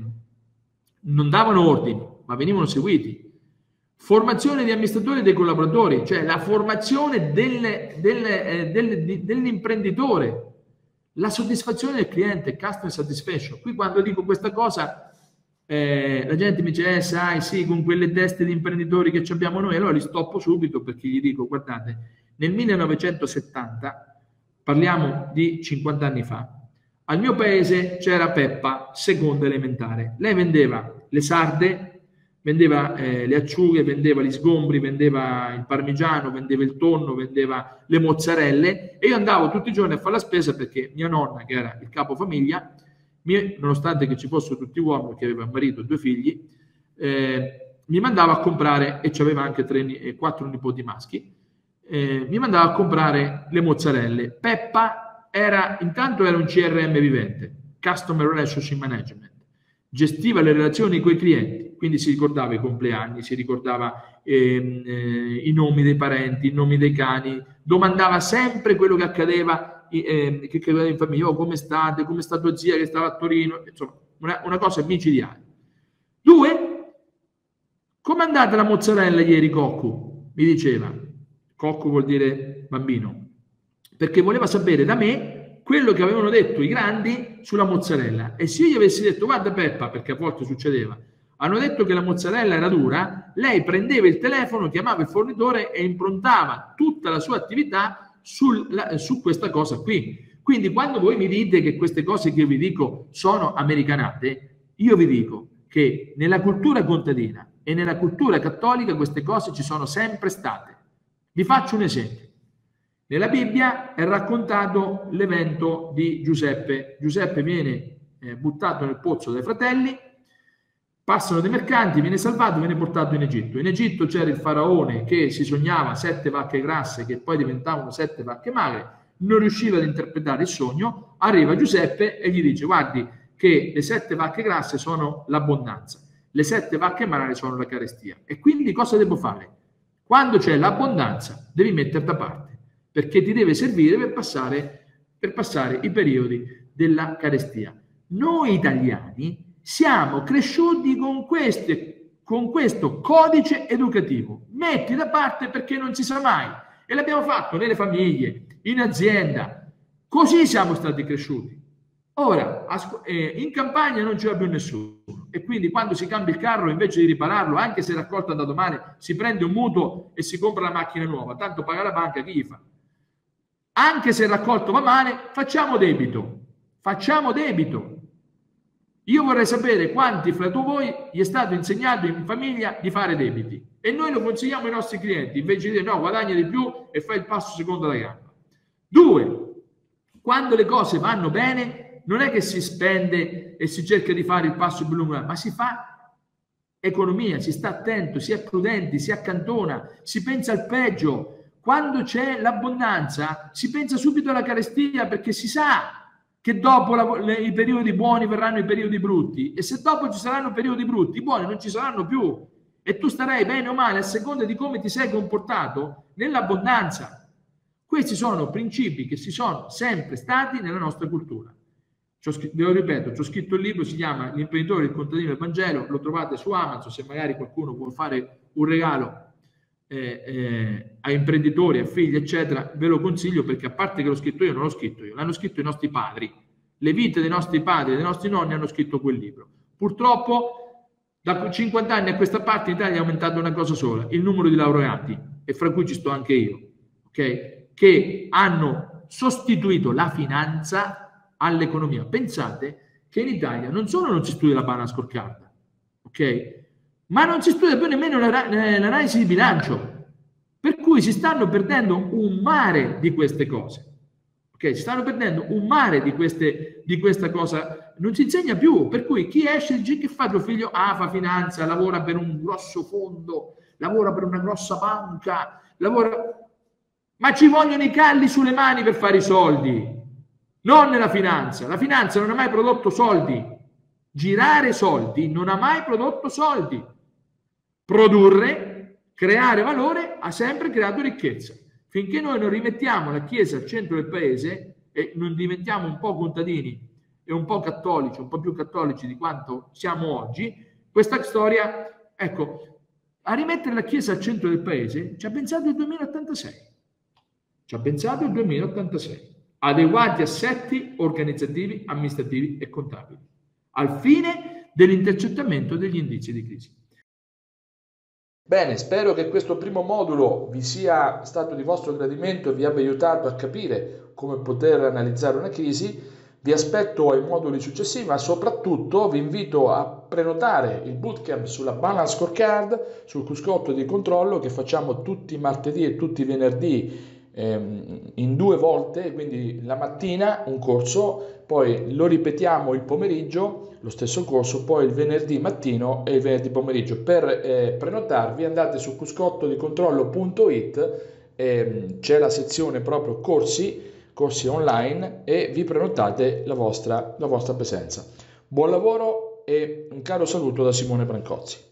S2: non davano ordini, ma venivano seguiti. Formazione di amministratori e dei collaboratori, cioè la formazione del, del, eh, del, dell'imprenditore, la soddisfazione del cliente, customer satisfaction. Qui quando dico questa cosa, eh, la gente mi dice: eh, sai, sì, con quelle teste di imprenditori che abbiamo noi. Allora li stoppo subito, perché gli dico: guardate, nel millenovecentosettanta, parliamo di cinquanta anni fa, al mio paese c'era Peppa, seconda elementare. Lei vendeva le sarde, vendeva eh, le acciughe, vendeva gli sgombri, vendeva il parmigiano, vendeva il tonno, vendeva le mozzarelle, e io andavo tutti i giorni a fare la spesa, perché mia nonna, che era il capofamiglia, mi, nonostante che ci fossero tutti uomini, che aveva un marito e due figli, eh, mi mandava a comprare, e c'aveva anche tre, eh, quattro nipoti maschi, eh, mi mandava a comprare le mozzarelle. Peppa era, intanto era un C R M vivente, Customer Relationship Management, gestiva le relazioni con i clienti, quindi si ricordava i compleanni, si ricordava ehm, eh, i nomi dei parenti, i nomi dei cani, domandava sempre quello che accadeva, eh, che accadeva in famiglia: oh, come state, come sta tua zia che stava a Torino, insomma, una, una cosa micidiale. Due, come è andata la mozzarella ieri, Cocco? Mi diceva. Cocco vuol dire bambino, perché voleva sapere da me quello che avevano detto i grandi sulla mozzarella. E se io gli avessi detto: guarda Peppa, perché a volte succedeva, hanno detto che la mozzarella era dura, lei prendeva il telefono, chiamava il fornitore e improntava tutta la sua attività sul, la, su questa cosa qui. Quindi quando voi mi dite che queste cose che io vi dico sono americanate, io vi dico che nella cultura contadina e nella cultura cattolica queste cose ci sono sempre state. Vi faccio un esempio. Nella Bibbia è raccontato l'evento di Giuseppe. Giuseppe viene eh, buttato nel pozzo dai fratelli, passano dei mercanti, viene salvato, viene portato in Egitto. In Egitto c'era il faraone che si sognava sette vacche grasse che poi diventavano sette vacche magre, non riusciva ad interpretare il sogno. Arriva Giuseppe e gli dice: guardi che le sette vacche grasse sono l'abbondanza, le sette vacche magre sono la carestia. E quindi cosa devo fare? Quando c'è l'abbondanza devi mettere da parte, perché ti deve servire per passare, per passare i periodi della carestia. Noi italiani siamo cresciuti con, queste, con questo codice educativo: metti da parte perché non si sa mai. E l'abbiamo fatto nelle famiglie, in azienda, così siamo stati cresciuti. Ora eh, in campagna non c'è più nessuno, e quindi quando si cambia il carro, invece di ripararlo, anche se il raccolto è andato male, si prende un mutuo e si compra la macchina nuova, tanto paga la banca, chi gli fa? Anche se il raccolto va male, facciamo debito, facciamo debito. Io vorrei sapere quanti fra tu voi gli è stato insegnato in famiglia di fare debiti, e noi lo consigliamo ai nostri clienti, invece di dire: no, guadagna di più e fai il passo secondo la gamba. Due, quando le cose vanno bene, non è che si spende e si cerca di fare il passo più lungo, ma si fa economia, si sta attento, si è prudenti, si accantona, si pensa al peggio. Quando c'è l'abbondanza si pensa subito alla carestia, perché si sa che dopo la, le, i periodi buoni verranno i periodi brutti, e se dopo ci saranno periodi brutti, i buoni non ci saranno più, e tu starai bene o male a seconda di come ti sei comportato nell'abbondanza. Questi sono principi che si sono sempre stati nella nostra cultura. Ve lo ripeto, ci ho scritto il libro, si chiama L'imprenditore, il contadino e il Vangelo, lo trovate su Amazon, se magari qualcuno vuole fare un regalo eh, eh, a imprenditori, a figli, eccetera, ve lo consiglio, perché a parte che l'ho scritto io, non l'ho scritto io, l'hanno scritto i nostri padri. Le vite dei nostri padri e dei nostri nonni hanno scritto quel libro. Purtroppo da cinquanta anni a questa parte in Italia è aumentato una cosa sola: il numero di laureati, e fra cui ci sto anche io, ok? Che hanno sostituito la finanza all'economia. Pensate che in Italia non solo non si studia la banana scorcata, ok? ma non si studia più nemmeno l'analisi di bilancio, per cui si stanno perdendo un mare di queste cose. Ok, si stanno perdendo un mare di, queste, di questa cosa, non si insegna più, per cui chi esce dice che fa tuo figlio? Ah, fa finanza, lavora per un grosso fondo, lavora per una grossa banca, lavora... Ma ci vogliono i calli sulle mani per fare i soldi, non nella finanza. La finanza non ha mai prodotto soldi. Girare soldi non ha mai prodotto soldi. Produrre, creare valore ha sempre creato ricchezza. Finché noi non rimettiamo la Chiesa al centro del paese e non diventiamo un po' contadini e un po' cattolici, un po' più cattolici di quanto siamo oggi, questa storia, ecco, a rimettere la Chiesa al centro del paese ci ha pensato il duemilaottantasei. Ci ha pensato il duemilaottantasei. Adeguati assetti organizzativi, amministrativi e contabili, al fine dell'intercettamento degli indizi di crisi.
S1: Bene, spero che questo primo modulo vi sia stato di vostro gradimento e vi abbia aiutato a capire come poter analizzare una crisi. Vi aspetto ai moduli successivi, ma soprattutto vi invito a prenotare il bootcamp sulla balance scorecard, sul cruscotto di controllo che facciamo tutti i martedì e tutti i venerdì ehm, in due volte, quindi la mattina un corso, poi lo ripetiamo il pomeriggio, lo stesso corso, poi il venerdì mattino e il venerdì pomeriggio. Per eh, prenotarvi andate su cruscotto di controllo punto it, ehm, c'è la sezione proprio corsi, corsi online, e vi prenotate la vostra, la vostra presenza. Buon lavoro e un caro saluto da Simone Brancozzi.